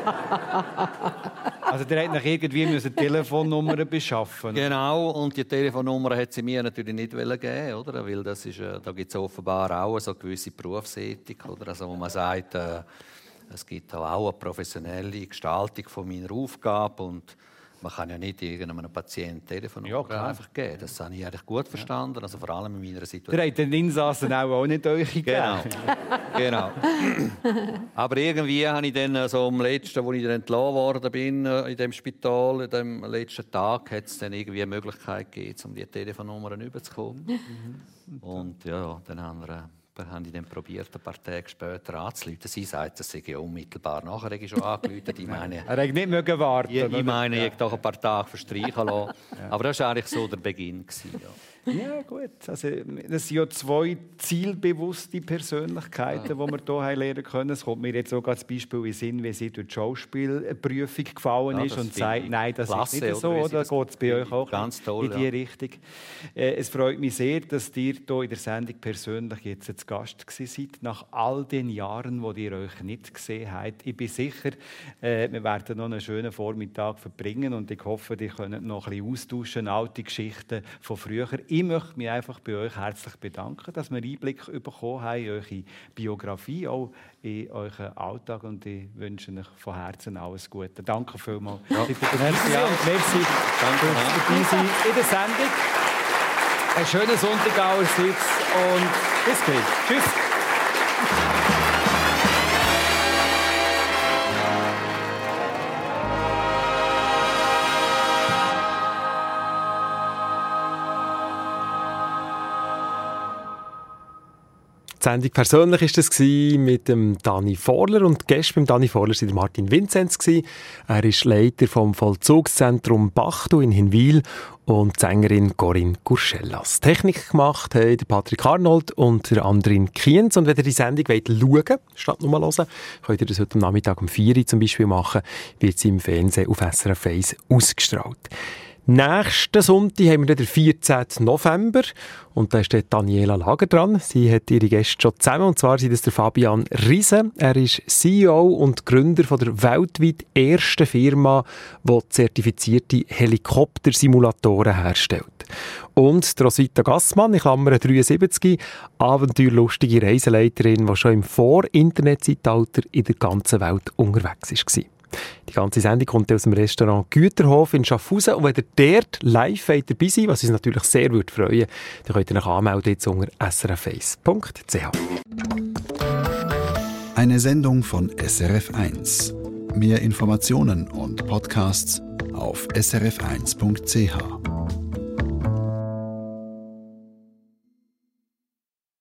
Also der hat nach irgendwie eine Telefonnummer beschaffen. Genau, und die Telefonnummer hat sie mir natürlich nicht geben, oder? Weil das ist, äh, da gibt es offenbar auch so eine gewisse Berufsethik, oder? Also, wo man sagt, äh, es gibt auch eine professionelle Gestaltung von meiner Aufgabe und man kann ja nicht irgendeinem Patienten Telefonnummer ja, einfach geben. Das habe ich eigentlich gut verstanden, also vor allem in meiner Situation. Der hat den Insassen auch, auch nicht euch gegeben. Genau. genau. Aber irgendwie habe ich dann so am letzten, wo ich dann entlassen worden bin in dem Spital, in dem letzten Tag, hat es dann irgendwie eine Möglichkeit gegeben, um die Telefonnummern überzukommen. Mhm. Und ja, dann haben wir dann habe ich dann probiert, ein paar Tage später anzurufen. Sie sagt, das sei ja unmittelbar nachher ich schon angerufen. Ich meine, er hätte nicht mögen warten. Ich, ich meine, ich hätte doch ein paar Tage verstreichen lassen. Ja. Aber das war eigentlich so der Beginn. Ja. Ja, gut. Also, das sind ja zwei zielbewusste Persönlichkeiten, ja. die wir hier lernen können. Es kommt mir jetzt sogar das Beispiel in den Sinn, wie sie durch die Schauspielprüfung gefallen ja, ist und sagt, nein, das Klasse, ist nicht so. Oder geht es bei euch auch ganz toll, in diese ja. Richtung? Äh, es freut mich sehr, dass ihr hier in der Sendung persönlich jetzt zu Gast seid, nach all den Jahren, wo ihr euch nicht gesehen habt. Ich bin sicher, äh, wir werden noch einen schönen Vormittag verbringen und ich hoffe, ihr könnt noch ein bisschen austauschen, alte Geschichten von früher. Ich möchte mich einfach bei euch herzlich bedanken, dass wir Einblick bekommen haben in eure Biografie, auch in euren Alltag. Und ich wünsche euch von Herzen alles Gute. Danke vielmals. Ja. Merci und merci fürs Dabeisein in der Sendung. Einen schönen Sonntag allerseits und bis gleich. Tschüss. Die Sendung «Persönlich» war das mit dem Dani Vorler und die Gäste beim Dani Vorler war Martin Vinzenz. Er ist Leiter vom Vollzugszentrum Bachtu in Hinwil und die Sängerin Corinne Gurschellas. Technik gemacht haben Patrick Arnold und der Andrin Kienz. Und wenn ihr die Sendung schauen wollt, statt nur mal hören, könnt ihr das heute am Nachmittag um vier Uhr zum Beispiel machen, wird sie im Fernsehen auf S R F eins ausgestrahlt. Nächsten Sonntag haben wir den vierzehnten November und da ist Daniela Lager dran. Sie hat ihre Gäste schon zusammen und zwar sind das der Fabian Riese. Er ist C E O und Gründer von der weltweit ersten Firma, die zertifizierte Helikoptersimulatoren herstellt. Und Rosita Gassmann, ich klammere dreiundsiebzig, abenteuerlustige Reiseleiterin, die schon im Vor-Internet-Zeitalter in der ganzen Welt unterwegs war. Die ganze Sendung kommt aus dem Restaurant Güterhof in Schaffhausen. Und wenn ihr dort live dabei seid, was uns natürlich sehr würde freuen, dann könnt ihr euch anmelden jetzt unter s r f eins punkt c h. Eine Sendung von S R F eins. Mehr Informationen und Podcasts auf s r f eins punkt c h.